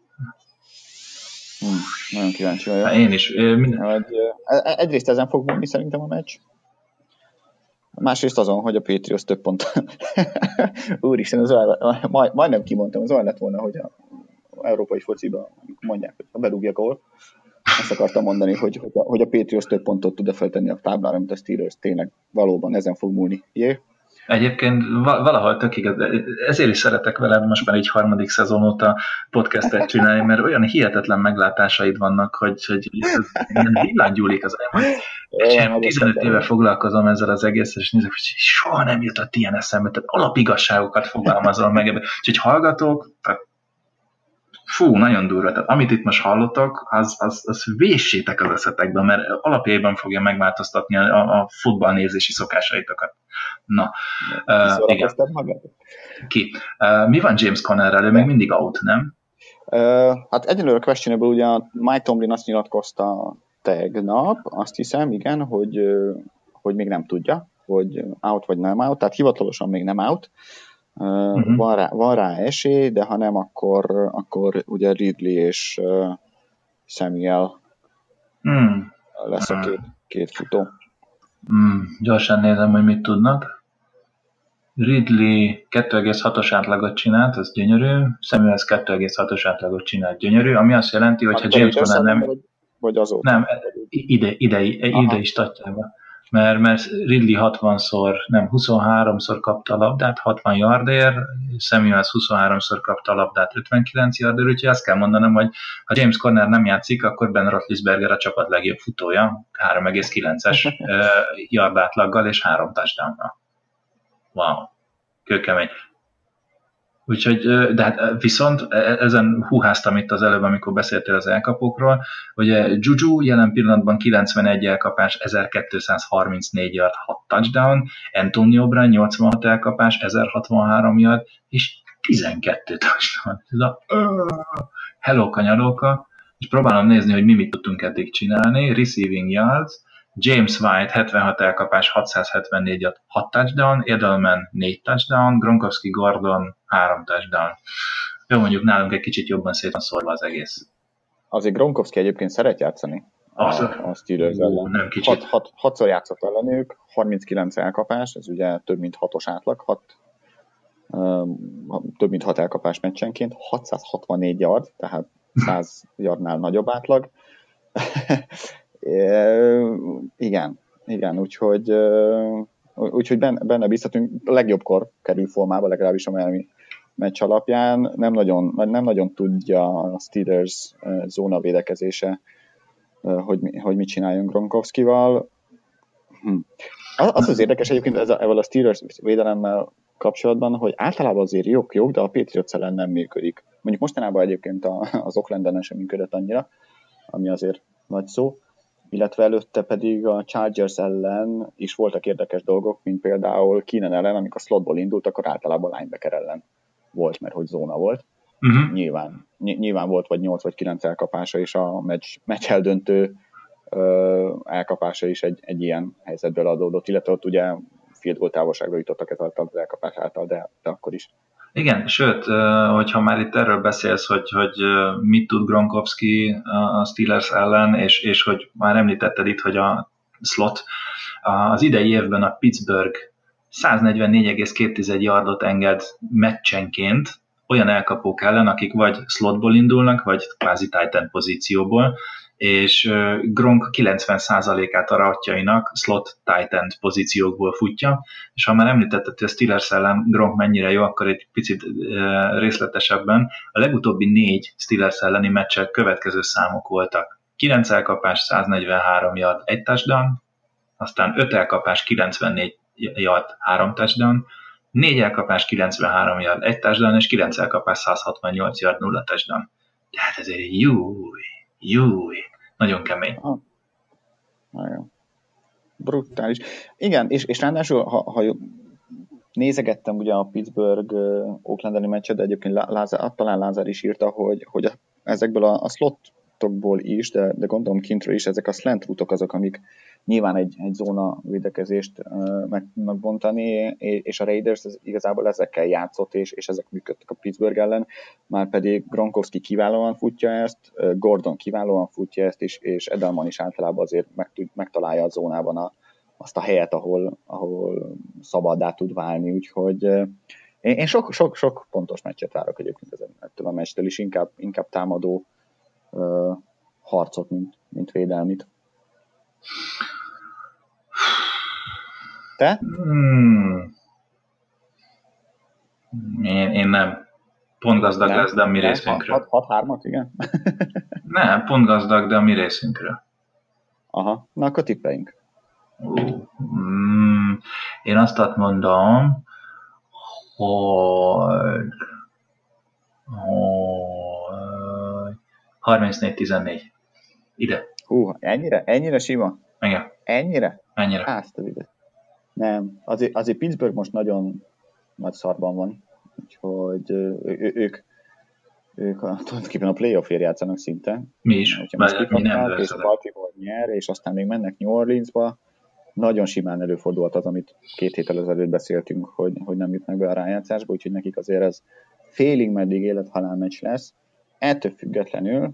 Nagyon kíváncsi vagyok. Én is. Egyrészt ezen fog múlni szerintem a meccs. Másrészt azon, hogy a Patriots több pont. Úristen, majdnem kimondtam, az olyan lett volna, hogy az európai fociban mondják, hogy ha berúgja gól, azt akartam mondani, hogy a Patriots több pontot tud feltenni a táblára, mint a Steelers, tényleg valóban ezen fog múlni. Jé? Egyébként valahol tök igaz, ezért is szeretek veled most már így harmadik szezon óta podcastet csinálni, mert olyan hihetetlen meglátásaid vannak, hogy ilyen villánygyúlik az elmond. 15 éve foglalkozom ezzel az egésszel, és nézek, hogy soha nem jutott ilyen eszembe, tehát alapigasságokat fogalmazol meg ebbe. Úgyhogy hallgatók, tehát nagyon durva. Tehát amit itt most hallottok, az véssétek az eszetekbe, mert alapjában fogja megváltoztatni a futballnézési szokásaitokat. Na, igen. Ki? Mi van James Connerrel? Ő még mindig out, nem? Hát egyelőre questionable, ugye Mike Tomlin azt nyilatkozta tegnap, azt hiszem, igen, hogy még nem tudja, hogy out vagy nem out, tehát hivatalosan még nem out. Van rá esély, de ha nem, akkor ugye Ridley és Samuel lesz a két futó. Gyorsan nézem, hogy mit tudnak. Ridley 2,6-os átlagot csinált, ez gyönyörű. Samuel 2,6-os átlagot csinált, gyönyörű, ami azt jelenti, hogy ha James Conner nem... Vagy azóta? Nem, idei statjában. Mert Ridley 23-szor kapta a labdát 60 yardért, Samuel 23-szor kapta a labdát 59 yardért, úgyhogy azt kell mondanom, hogy ha James Conner nem játszik, akkor Ben Roethlisberger a csapat legjobb futója, 3,9-es yard átlaggal és 3 touchdownnal. Wow, kőkemény. Úgyhogy, de hát viszont ezen húháztam itt az előbb, amikor beszéltél az elkapókról, hogy Juju jelen pillanatban 91 elkapás, 1234 yard, 6 touchdown, Antonio Brown 86 elkapás, 1063 yard, és 12 touchdown. Ez a hello kanyarolka, és próbálom nézni, hogy mi mit tudtunk eddig csinálni. Receiving yards, James White 76 elkapás, 674 yard, 6 touchdown, Edelman 4 touchdown, Gronkowski Gordon 3 touchdown. Jó, mondjuk nálunk egy kicsit jobban szét van szórva az egész. Azért Gronkowski egyébként szeret játszani. A Steelers ellen. Nem kicsit. 6-szor játszott ellenük, 39 elkapás, ez ugye több mint 6-os átlag, több mint 6 elkapás meccsenként, 664 yard, tehát 100 yardnál nagyobb átlag. Igen, úgyhogy benne bízhatunk, a legjobbkor kerül formába, legalábbis a Miami meccs alapján. Nem nagyon tudja a Steelers zóna védekezése, hogy mit csináljon Gronkowskival. Az érdekes egyébként ezzel a Steelers védelemmel kapcsolatban, hogy általában azért jók, de a Patriots ellen nem működik. Mondjuk mostanában egyébként az Oaklanden sem működött annyira, ami azért nagy szó, illetve előtte pedig a Chargers ellen is voltak érdekes dolgok, mint például Keenan ellen, amikor slotból indult, akkor általában linebacker ellen volt, mert hogy zóna volt. Nyilván volt vagy 8 vagy 9 elkapása, és a meccs eldöntő elkapása is egy ilyen helyzetből adódott, illetve ott ugye field goal távolságra jutottak ezáltal az elkapás által, de akkor is. Igen, sőt, hogyha már itt erről beszélsz, hogy mit tud Gronkowski a Steelers ellen, és hogy már említetted itt, hogy a slot, az idei évben a Pittsburgh 144,2 yardot enged meccsenként olyan elkapók ellen, akik vagy slotból indulnak, vagy kvázi tight end pozícióból, és Gronk 90%-át a routjainak slot tight end pozíciókból futja, és ha már említetted, hogy a Steelers ellen Gronk mennyire jó, akkor egy picit részletesebben. A legutóbbi 4 Steelers elleni meccsek következő számok voltak. 9 elkapás, 143 yard, 1 touchdown, aztán 5 elkapás, 94 yard, 3 touchdown, 4 elkapás, 93 yard, 1 touchdown, és 9 elkapás, 168 yard, 0 touchdown. Tehát ezért júj, nagyon kemény. Brutális. Igen, és ráadásul, ha nézegettem ugye a Pittsburgh-Oakland-i meccset, de egyébként talán Lázár is írta, hogy ezekből a slotokból is, de gondolom kintről is, ezek a slant routok azok, amik nyilván egy zóna védekezést meg tudnak bontani, és a Raiders igazából ezekkel játszott, és ezek működtek a Pittsburgh ellen, már pedig Gronkowski kiválóan futja ezt, Gordon kiválóan futja ezt, és Edelman is általában azért megtalálja a zónában azt a helyet, ahol szabaddá tud válni, úgyhogy én sok pontos meccset várok egyébként ettől a meccstől is, inkább támadó harcot, mint védelmit. Te? Én nem. Pont gazdag nem, lesz, de a mi részünkről. 6-3-at, igen? Nem, pont gazdag, de a mi részünkről. Aha, na akkor tippeljünk. Én azt mondom, hogy 34-14. Ide. Ennyire sima? Igen. Ennyire? Ennyire. Nem, azért Pittsburgh most nagyon nagy szarban van, úgyhogy ők tulajdonképpen a playoffért játszanak szinte. Mi is. Mi nem és a Baltimore nyer, és aztán még mennek New Orleansba. Nagyon simán előfordult az, amit 2 héttel ezelőtt beszéltünk, hogy nem jutnak be a rájátszásba, úgyhogy nekik azért ez félig meddig élet-halál meccs lesz. Ettől függetlenül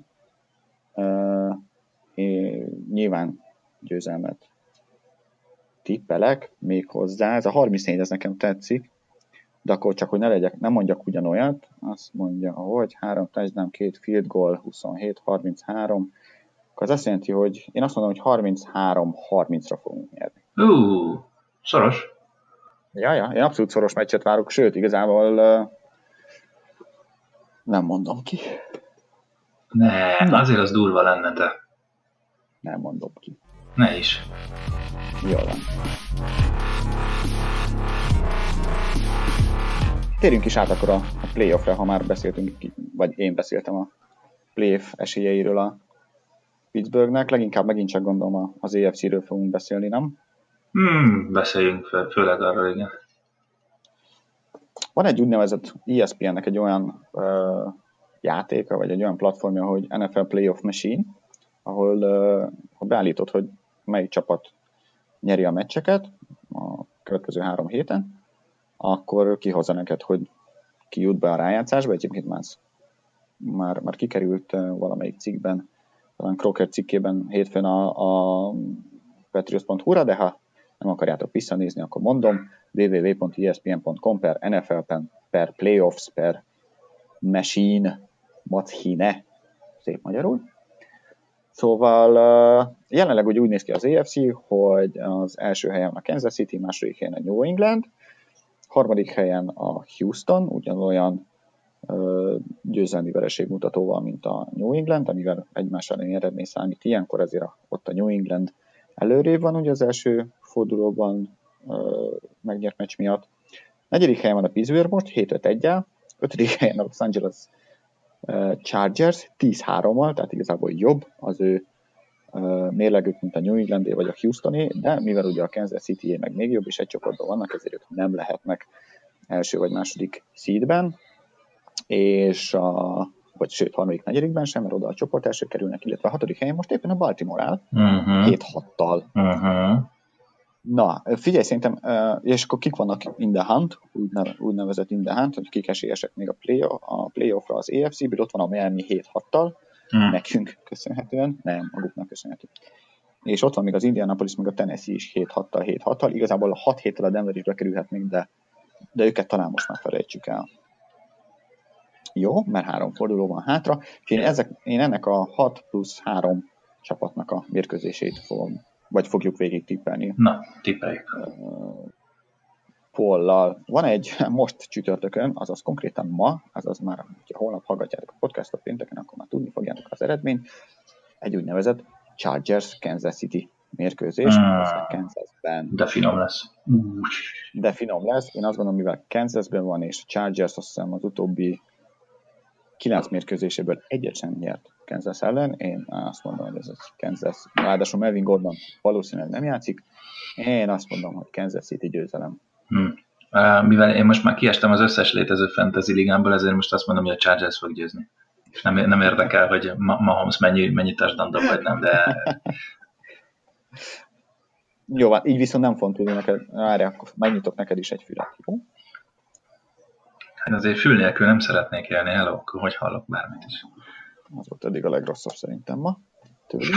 nyilván győzelmet tippelek még hozzá. Ez a 34, ez nekem tetszik, de akkor csak, hogy nem mondjak ugyanolyat, azt mondja, hogy 3 touchdown, 2 field goal, 27-33, akkor az azt jelenti, hogy én azt mondom, hogy 33-30-ra fogunk nyerni. Szoros. Ja, én abszolút szoros meccset várok, sőt, igazából nem mondom ki. Azért az durva lenne, te. Nem mondom ki. Ne is. Jól van. Térjünk is át akkor a playoffra, ha már beszéltünk, vagy én beszéltem a playoff esélyeiről a Pittsburghnek. Leginkább megint csak gondolom az AFC-ről fogunk beszélni, nem? Beszéljünk főleg arról, igen. Van egy úgynevezett ESPN-nek egy olyan játéka, vagy egy olyan platformja, hogy NFL Playoff Machine, ahol ha beállítod, hogy melyik csapat nyeri a meccseket a következő 3 héten, akkor kihozza neked, hogy ki jut be a rájátszásba. Egyébként már kikerült valamelyik cikkben, talán Crocker cikkében hétfőn a Patriots.hu-ra, de ha nem akarjátok visszanézni, akkor mondom, www.espn.com/NFL/playoffs/machine, szép magyarul. Szóval jelenleg úgy néz ki az AFC, hogy az első helyen a Kansas City, második helyen a New England, harmadik helyen a Houston, ugyanolyan győzelmi vereségmutatóval, mint a New England, amivel egymás elleni eredmény számít. Ilyenkor azért ott a New England előrébb van ugye az első fordulóban megnyert meccs miatt. Negyedik helyen van a Pittsburgh most, 7-5-1-jel, ötödik helyen a Los Angeles Chargers 10-3-mal, tehát igazából jobb az ő mérlegük, mint a New Englandé vagy a Houstoné, de mivel ugye a Kansas City meg még jobb, és egy csoportban vannak, ezért ők nem lehetnek első vagy második seedben, és vagy sőt, harmadik, negyedikben sem, mert oda a csoport első kerülnek, illetve a hatodik helyen most éppen a Baltimore áll, 7-6-tal. Na, figyelj, szerintem, és akkor kik vannak in the hunt, úgynevezett in the hunt, hogy kik esélyesek még a playoffra az AFC-ből, ott van a Miami 7-6-tal, nekünk köszönhetően, nem, maguknak köszönhető. És ott van még az Indianapolis, meg a Tennessee is 7-6-tal, igazából a 6 héttel a Denver is bekerülhetnénk, de őket talán most már felejtsük el. Jó, mert 3 forduló van hátra, és én ennek a 6+3 csapatnak a mérkőzését fogjuk végig tippelni. Na, tippeljük. Pollal. Van egy most csütörtökön, azaz konkrétan ma, azaz már, hogyha holnap hallgatjátok a podcastot pénteken, akkor már tudni fogjátok az eredményt. Egy úgynevezett Chargers Kansas City mérkőzés, Kansasben. De finom lesz. De finom lesz. Én azt gondolom, mivel Kansasben van, és a Chargers azt hiszem az utóbbi 9 mérkőzéséből egyet sem nyert Kansas ellen. Én azt mondom, hogy ez a Kansas. Ráadásul Melvin Gordon valószínűleg nem játszik, Én azt mondom, hogy Kansas City győzelem. Mivel én most már kiestem az összes létező fantasy ligámból, ezért most azt mondom, hogy a Chargers fog győzni. És nem érdekel, hogy Mahomes mennyi touchdown dob, vagy nem, de... Jó, van, így viszont nem fogom tudni neked. Várjál, akkor megnyitok neked is egy fület, jó? Hát azért fül nélkül nem szeretnék élni, hello, akkor hogy hallok bármit is. Az volt eddig a legrosszabb szerintem ma. Tőlünk.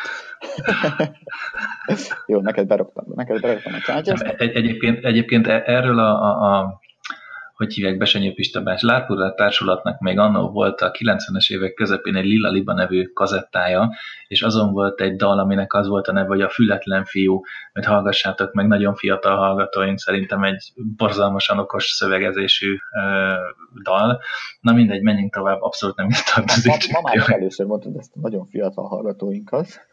Jó, neked beraktam a Chargers. Egyébként erről hogy hívják, Besenyő Pistabás Lárpurrá társulatnak még annó volt a 90-es évek közepén egy Lila Liba nevű kazettája, és azon volt egy dal, aminek az volt a neve, hogy a Fületlen fiú, mert hallgassátok meg, nagyon fiatal hallgatóink, szerintem egy borzalmasan okos szövegezésű dal. Na mindegy, menjünk tovább, abszolút nem is tartozik. Ma már először mondtad ezt a nagyon fiatal hallgatóinkat.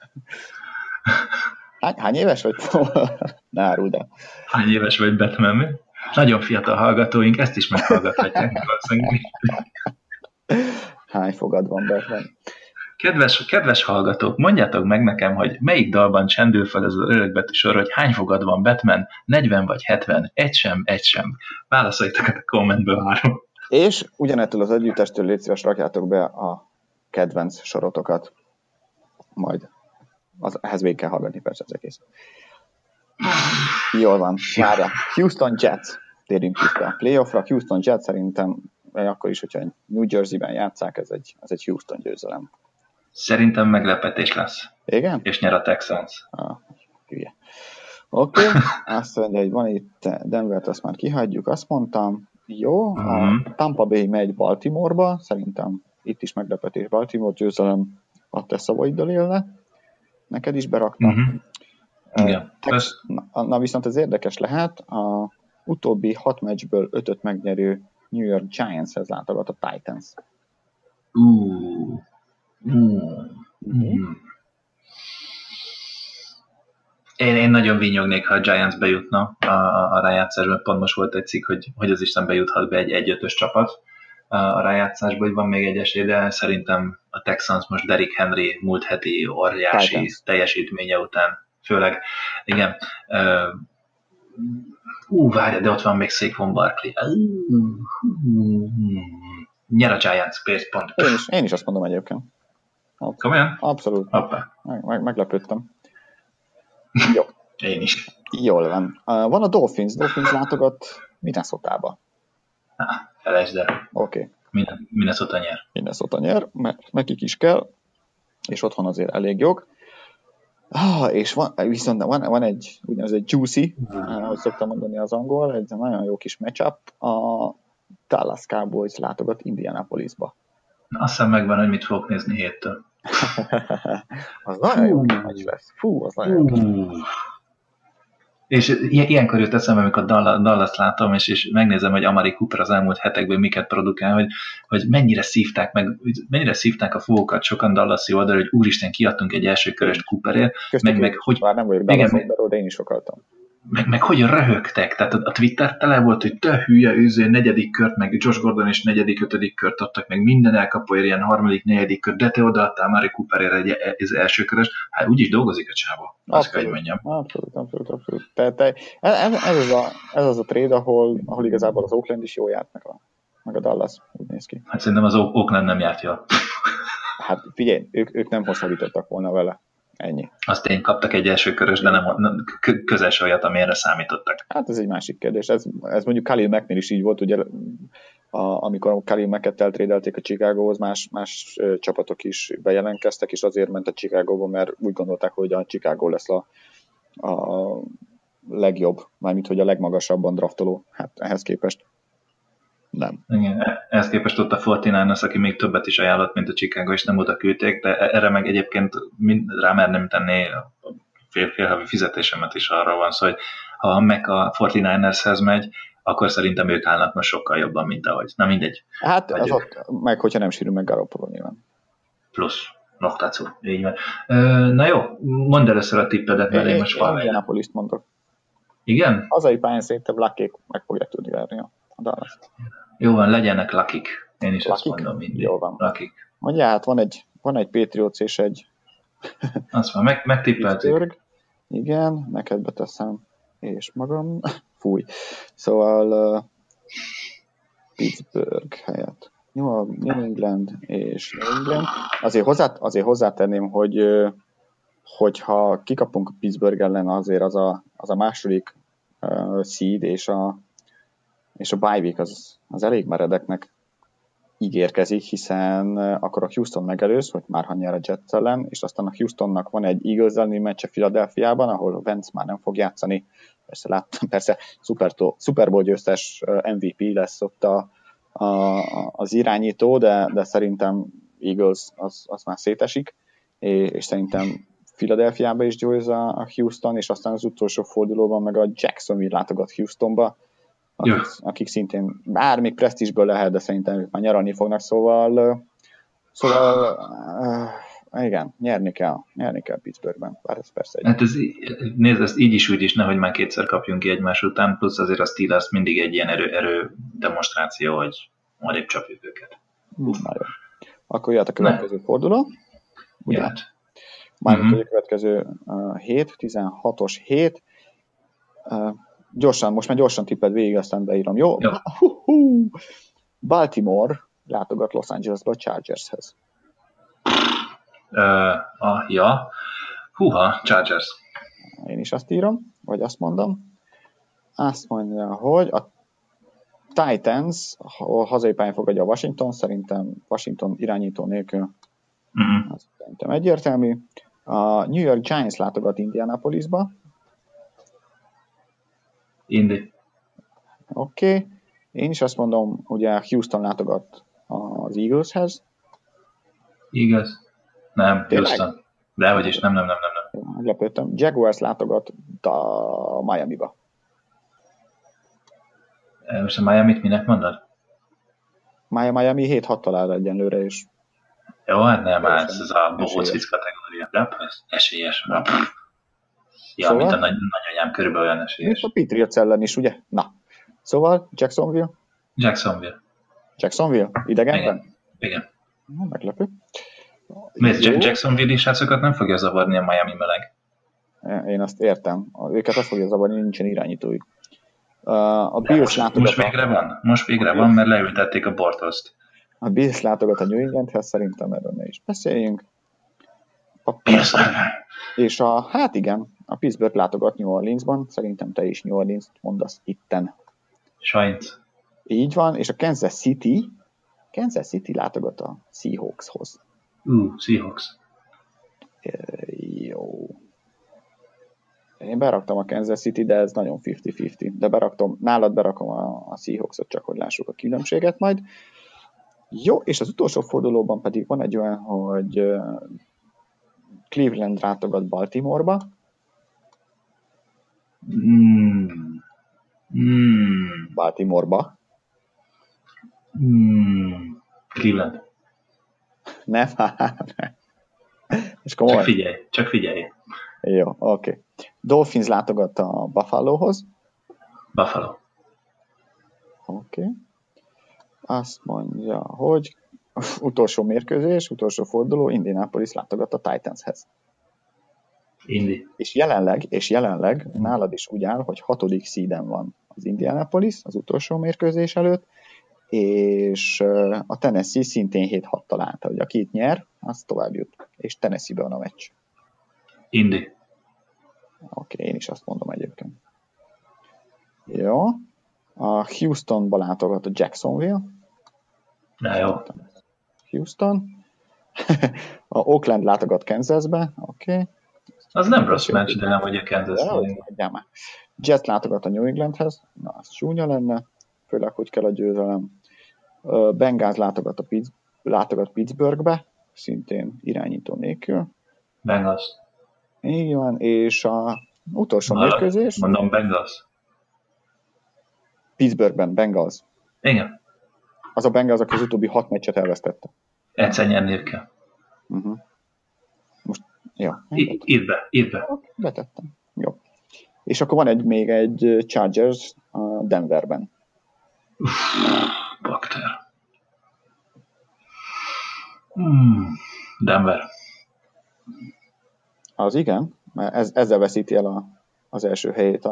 Hány éves vagy? Ne áruld el. Hány éves vagy, Batman? Nagyon fiatal hallgatóink, ezt is meghallgathatják. Hány fogad van, Batman? Kedves hallgatók, mondjátok meg nekem, hogy melyik dalban csendül fel ez az örökbetű sor, hogy hány fogad van, Batman, 40 vagy 70, egy sem. Válaszoljatok a kommentből, várom. És ugyanettől az együttestől légy szíves, rakjátok be a kedvenc sorotokat. Majd ehhez végig kell hallgatni persze az egész. Jól van, várja. Houston Jets. Térjünk vissza a playoffra. Houston Jets szerintem, akkor is, hogyha New Jersey-ben játsszák, ez egy Houston győzelem. Szerintem meglepetés lesz. Igen? És nyer a Texans. Hülye. Oké, azt mondja, hogy van itt Denvert, azt már kihagyjuk, azt mondtam. Jó, a Tampa Bay megy Baltimore-ba, szerintem itt is meglepetés Baltimore győzelem, a te szavaiddal élne. Neked is beraktam. Igen. Na viszont ez érdekes lehet, a utóbbi 6 meccsből 5-öt megnyerő New York Giantshez látogat a Titans. Én nagyon vinyognék, ha a Giants bejutna a rájátszásban. Pont most volt egy cikk, hogy az Isten bejuthat be egy 5-ös csapat a rájátszásban, hogy van még egy esély, de szerintem a Texans most Derrick Henry múlt heti óriási Titans teljesítménye után, főleg, igen, várja, de ott van még Saquon Barkley. Nyer a Giants, pont. Én is azt mondom egyébként. Komolyan? Abszolút. Meglepődtem. Jó. Én is. Jól van. Van a Dolphins látogat Minnesotába. Felejtsd el. Oké. Minnesota nyer. Minnesota nyer, mert nekik is kell, és otthon azért elég jók. És viszont van egy úgynevezett juicy, ahogy szoktam mondani az angol, egy nagyon jó kis matchup, a Dallas Cowboys látogat Indianapolisba. Azt hiszem megvan, hogy mit fogok nézni héttől. Az nagyon jó meccs lesz. Az nagyon jó. És ilyenkor jött eszembe, amikor Dallas látom, és megnézem, hogy Amari Cooper az elmúlt hetekben miket produkál, hogy mennyire szívták a fogokat sokan Dallas-i oldal, hogy úristen, kiadtunk egy első köröst Cooperért, meg hogy... Már nem vagyok Dallas oldalról, de én is sokaltam. Meg hogy röhögtek, tehát a Twitter tele volt, hogy te hülye, negyedik kört, meg Josh Gordon is negyedik, ötödik kört adtak, meg minden elkapóért ilyen harmadik, negyedik kört, de te odaadtál Amari Cooperért egy első körös, hát úgyis dolgozik a csáva. Azt kell, hogy mondjam. Abszolút. Tehát ez az a trade, ahol igazából az Oakland is jól járt, meg a Dallas, úgy néz ki. Hát szerintem az Oakland nem járt jól. Hát figyelj, ők nem hosszabbítottak volna vele. Ennyi. Azt én kaptak egy első körös, de nem közel se olyat, amire számítottak. Hát ez egy másik kérdés. Ez mondjuk Khalil Macknél is így volt, ugye, amikor Khalil Macket eltrédelték a Chicagóhoz, más csapatok is bejelentkeztek, és azért ment a Chicagóba, mert úgy gondolták, hogy a Chicago lesz a legjobb, mármint hogy a legmagasabban draftoló. Hát ehhez képest nem. Igen, ehhez képest ott a 49ers, aki még többet is ajánlott, mint a Chicago, és nem oda küldték, de erre meg egyébként rá merném tenni fél fizetésemet is arra van szó, hogy ha meg a 49ershez megy, akkor szerintem ők állnak most sokkal jobban, mint ahogy. Na mindegy. Hát az ott, meg hogyha nem sérül meg Garoppolo nyilván. Plusz. Noktácú, így van. Na jó, mondd először a tippedet, mert én most valami. Én Indianapolis-t mondok. Igen? Hazai pályán szerintem Luckyk meg fogják tudni verni a Dallas-t. Jó van, legyenek Luckik. Én is azt mondom mindig. Jó van. Luckik. Mondja, hát van egy Patriots és egy azt van, megtippeltük. Igen, neked beteszem, és magam. Fúj. Szóval Pittsburgh helyett. New England és New England. Azért hozzátenném, hogyha kikapunk Pittsburgh ellen, azért az a második seed és a bye week az elég meredeknek ígérkezik, hiszen akkor a Houston megelőz, hogy már nyer a Jets ellen, és aztán a Houstonnak van egy Eagles elleni meccse Philadelphiában, ahol Wentz már nem fog játszani. Persze Super Bowl győztes MVP lesz ott az irányító, de szerintem Eagles az már szétesik, és szerintem Philadelphiába is győz a Houston, és aztán az utolsó fordulóban meg a Jacksonville látogat Houstonba, akik szintén bár még presztízsből lehet, de szerintem ők már nyaralni fognak, szóval igen, nyerni kell Pittsburghben. Bár ez persze hát nézd, ezt így is úgy is, nehogy már kétszer kapjunk ki egymás után, plusz azért a Steelers mindig egy ilyen erő demonstráció, hogy majd épp csapjuk őket. Nagyon. Akkor jöhet a következő forduló. Ugye? Mármint a következő 16-os hét. Most már gyorsan tipped végig, aztán beírom. Jó? Baltimore látogat Los Angelesbe a Chargershez. Chargers. Én is azt írom, vagy azt mondom. Azt mondja, hogy a Titans hazai pályán fogadja a Washington, szerintem Washington irányító nélkül. Azt szerintem egyértelmű. A New York Giants látogat Indianapolisba. Indy. Oké. Én is azt mondom, ugye Houston látogat az Eagleshez. Eagles? Nem, Houston. Dehogy is, nem. Meglepődtem. Jaguars látogat a Miami-ba. Most a Miami-t minek mondod? Miami 7-6-tal áll egyenlőre, és jó, hát nem, ez a bohóc vicc kategória. De esélyes. Ja, szóval? Mint a nagyanyám, körülbelül olyan esélyes. És a Patriots ellen is, ugye? Na. Szóval Jacksonville? Jacksonville? Idegenben? Igen. Meglepő. Jacksonville is srácokat nem fogja zavarni a Miami meleg. Én azt értem. Őket azt fogja zavarni, nincsen irányítójuk. A Bills látogat... Most végre van, mert leültették a Bortolst. A Bills látogat a New Englandhez, szerintem erről ne is beszéljünk. És hát igen, a Pittsburgh látogat New Orleansban, szerintem te is New Orleans-t mondasz itten. Sajnt. Így van, és a Kansas City látogat a Seahawkshoz. Seahawks. Jó. Én beraktam a Kansas City, de ez nagyon 50-50. De nálad berakom a Seahawksot, csak hogy lássuk a különbséget majd. Jó, és az utolsó fordulóban pedig van egy olyan, hogy Cleveland látogat Baltimoreba. Baltimoreba. Cleveland. Nem. És komoly. Csak figyelj. Jó, oké. Dolphins látogat a Buffalohoz. Buffalo. Oké. Azt mondja, hogy utolsó mérkőzés, utolsó forduló, Indianapolis látogat a Titanshez. Indy. És jelenleg nálad is úgy áll, hogy 6. seeden van az Indianapolis az utolsó mérkőzés előtt, és a Tennessee szintén 7-6 találta, hogy aki itt nyer, az tovább jut. És Tennessee-ben van a meccs. Indy. Oké, én is azt mondom egyébként. Jó. A Houstonba látogat a Jacksonville. Na jó. Houston. A Oakland látogat Kansasbe. Oké. Az nem rossz meccs, de nem, hogy a Kansas. Jets látogat a New Englandhez. Na, az csúnya lenne. Főleg, hogy kell a győzelem. Bengals látogat Pittsburghbe. Szintén irányító nélkül. Bengals. Így van, és a utolsó mérkőzés. Mondom Bengals. Pittsburghben, Bengals. Igen. Az a Bengals, aki az utóbbi 6 meccset elvesztette. Egyszer nyernél kell. Most, jó. Írd be. Betettem. Jó. És akkor van még egy Chargers Denverben. Bakter. Denver. Az igen, mert ezzel veszíti el az első helyét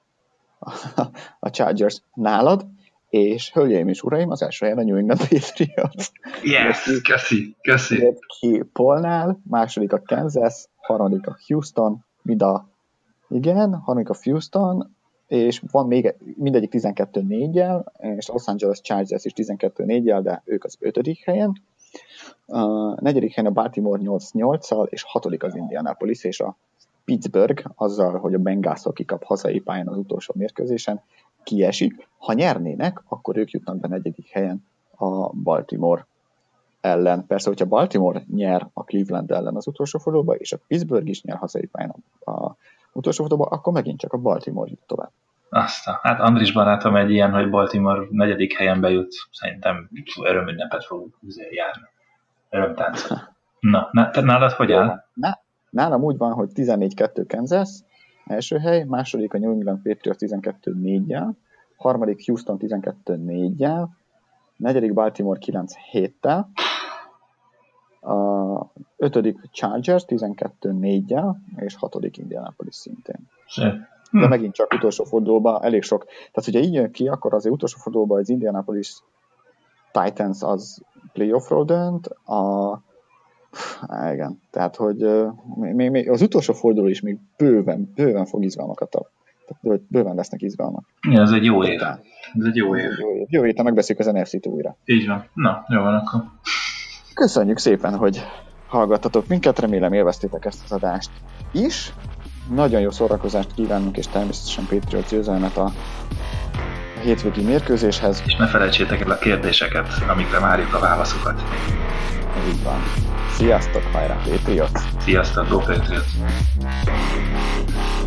a Chargers nálad, és hölgyeim és uraim, az első helyen a New England Patriots. Yes, köszi. Ki Paulnál, második a Kansas, harmadik a Houston, harmadik a Houston, és van még mindegyik 12-4-jel, és Los Angeles Chargers is 12-4-jel, de ők az 5. helyen. A 4. helyen a Baltimore 8-8-al, és 6. az Indianapolis, és a Pittsburgh azzal, hogy a Bengalsról kikap hazai pályán az utolsó mérkőzésen, kiesik. Ha nyernének, akkor ők jutnak be 4. helyen a Baltimore ellen. Persze, hogyha Baltimore nyer a Cleveland ellen az utolsó fordulóba, és a Pittsburgh is nyer hazai pályán a utolsó fordulóba, akkor megint csak a Baltimore jut tovább. Aztán, hát Andris barátom egy ilyen, hogy Baltimore 4. helyen bejut, szerintem örömünnepet fogunk járni. Örömtánc. Na, nálad hogy áll? Nálam úgy van, hogy 14-2 Kansas, első hely, második a New England Patriots 12-4-jel, harmadik Houston 12-4-jel, 4. Baltimore 9-7-tel, a 5. Chargers 12-4-jel, és 6. Indianapolis szintén. De megint csak utolsó fordulóban elég sok. Tehát, hogyha így jön ki, akkor azért utolsó fordulóban az Indianapolis Titans az playoffról dönt, igen, tehát, hogy még az utolsó forduló is még bőven fog izgalmakat ad. Tehát bőven lesznek izgalmak. Ja, ez egy jó év. Jó héten megbeszéljük az NFC-t újra. Így van. Na, jó van akkor. Köszönjük szépen, hogy hallgattatok minket, remélem élveztétek ezt az adást is. Nagyon jó szórakozást kívánunk, és természetesen Patriots győzelmet a hétvégi mérkőzéshez. És ne felejtsétek el a kérdéseket, amikre várjuk a válaszokat. Így van. Sziasztok, hajrá Patriots! Sziasztok, go Patriots!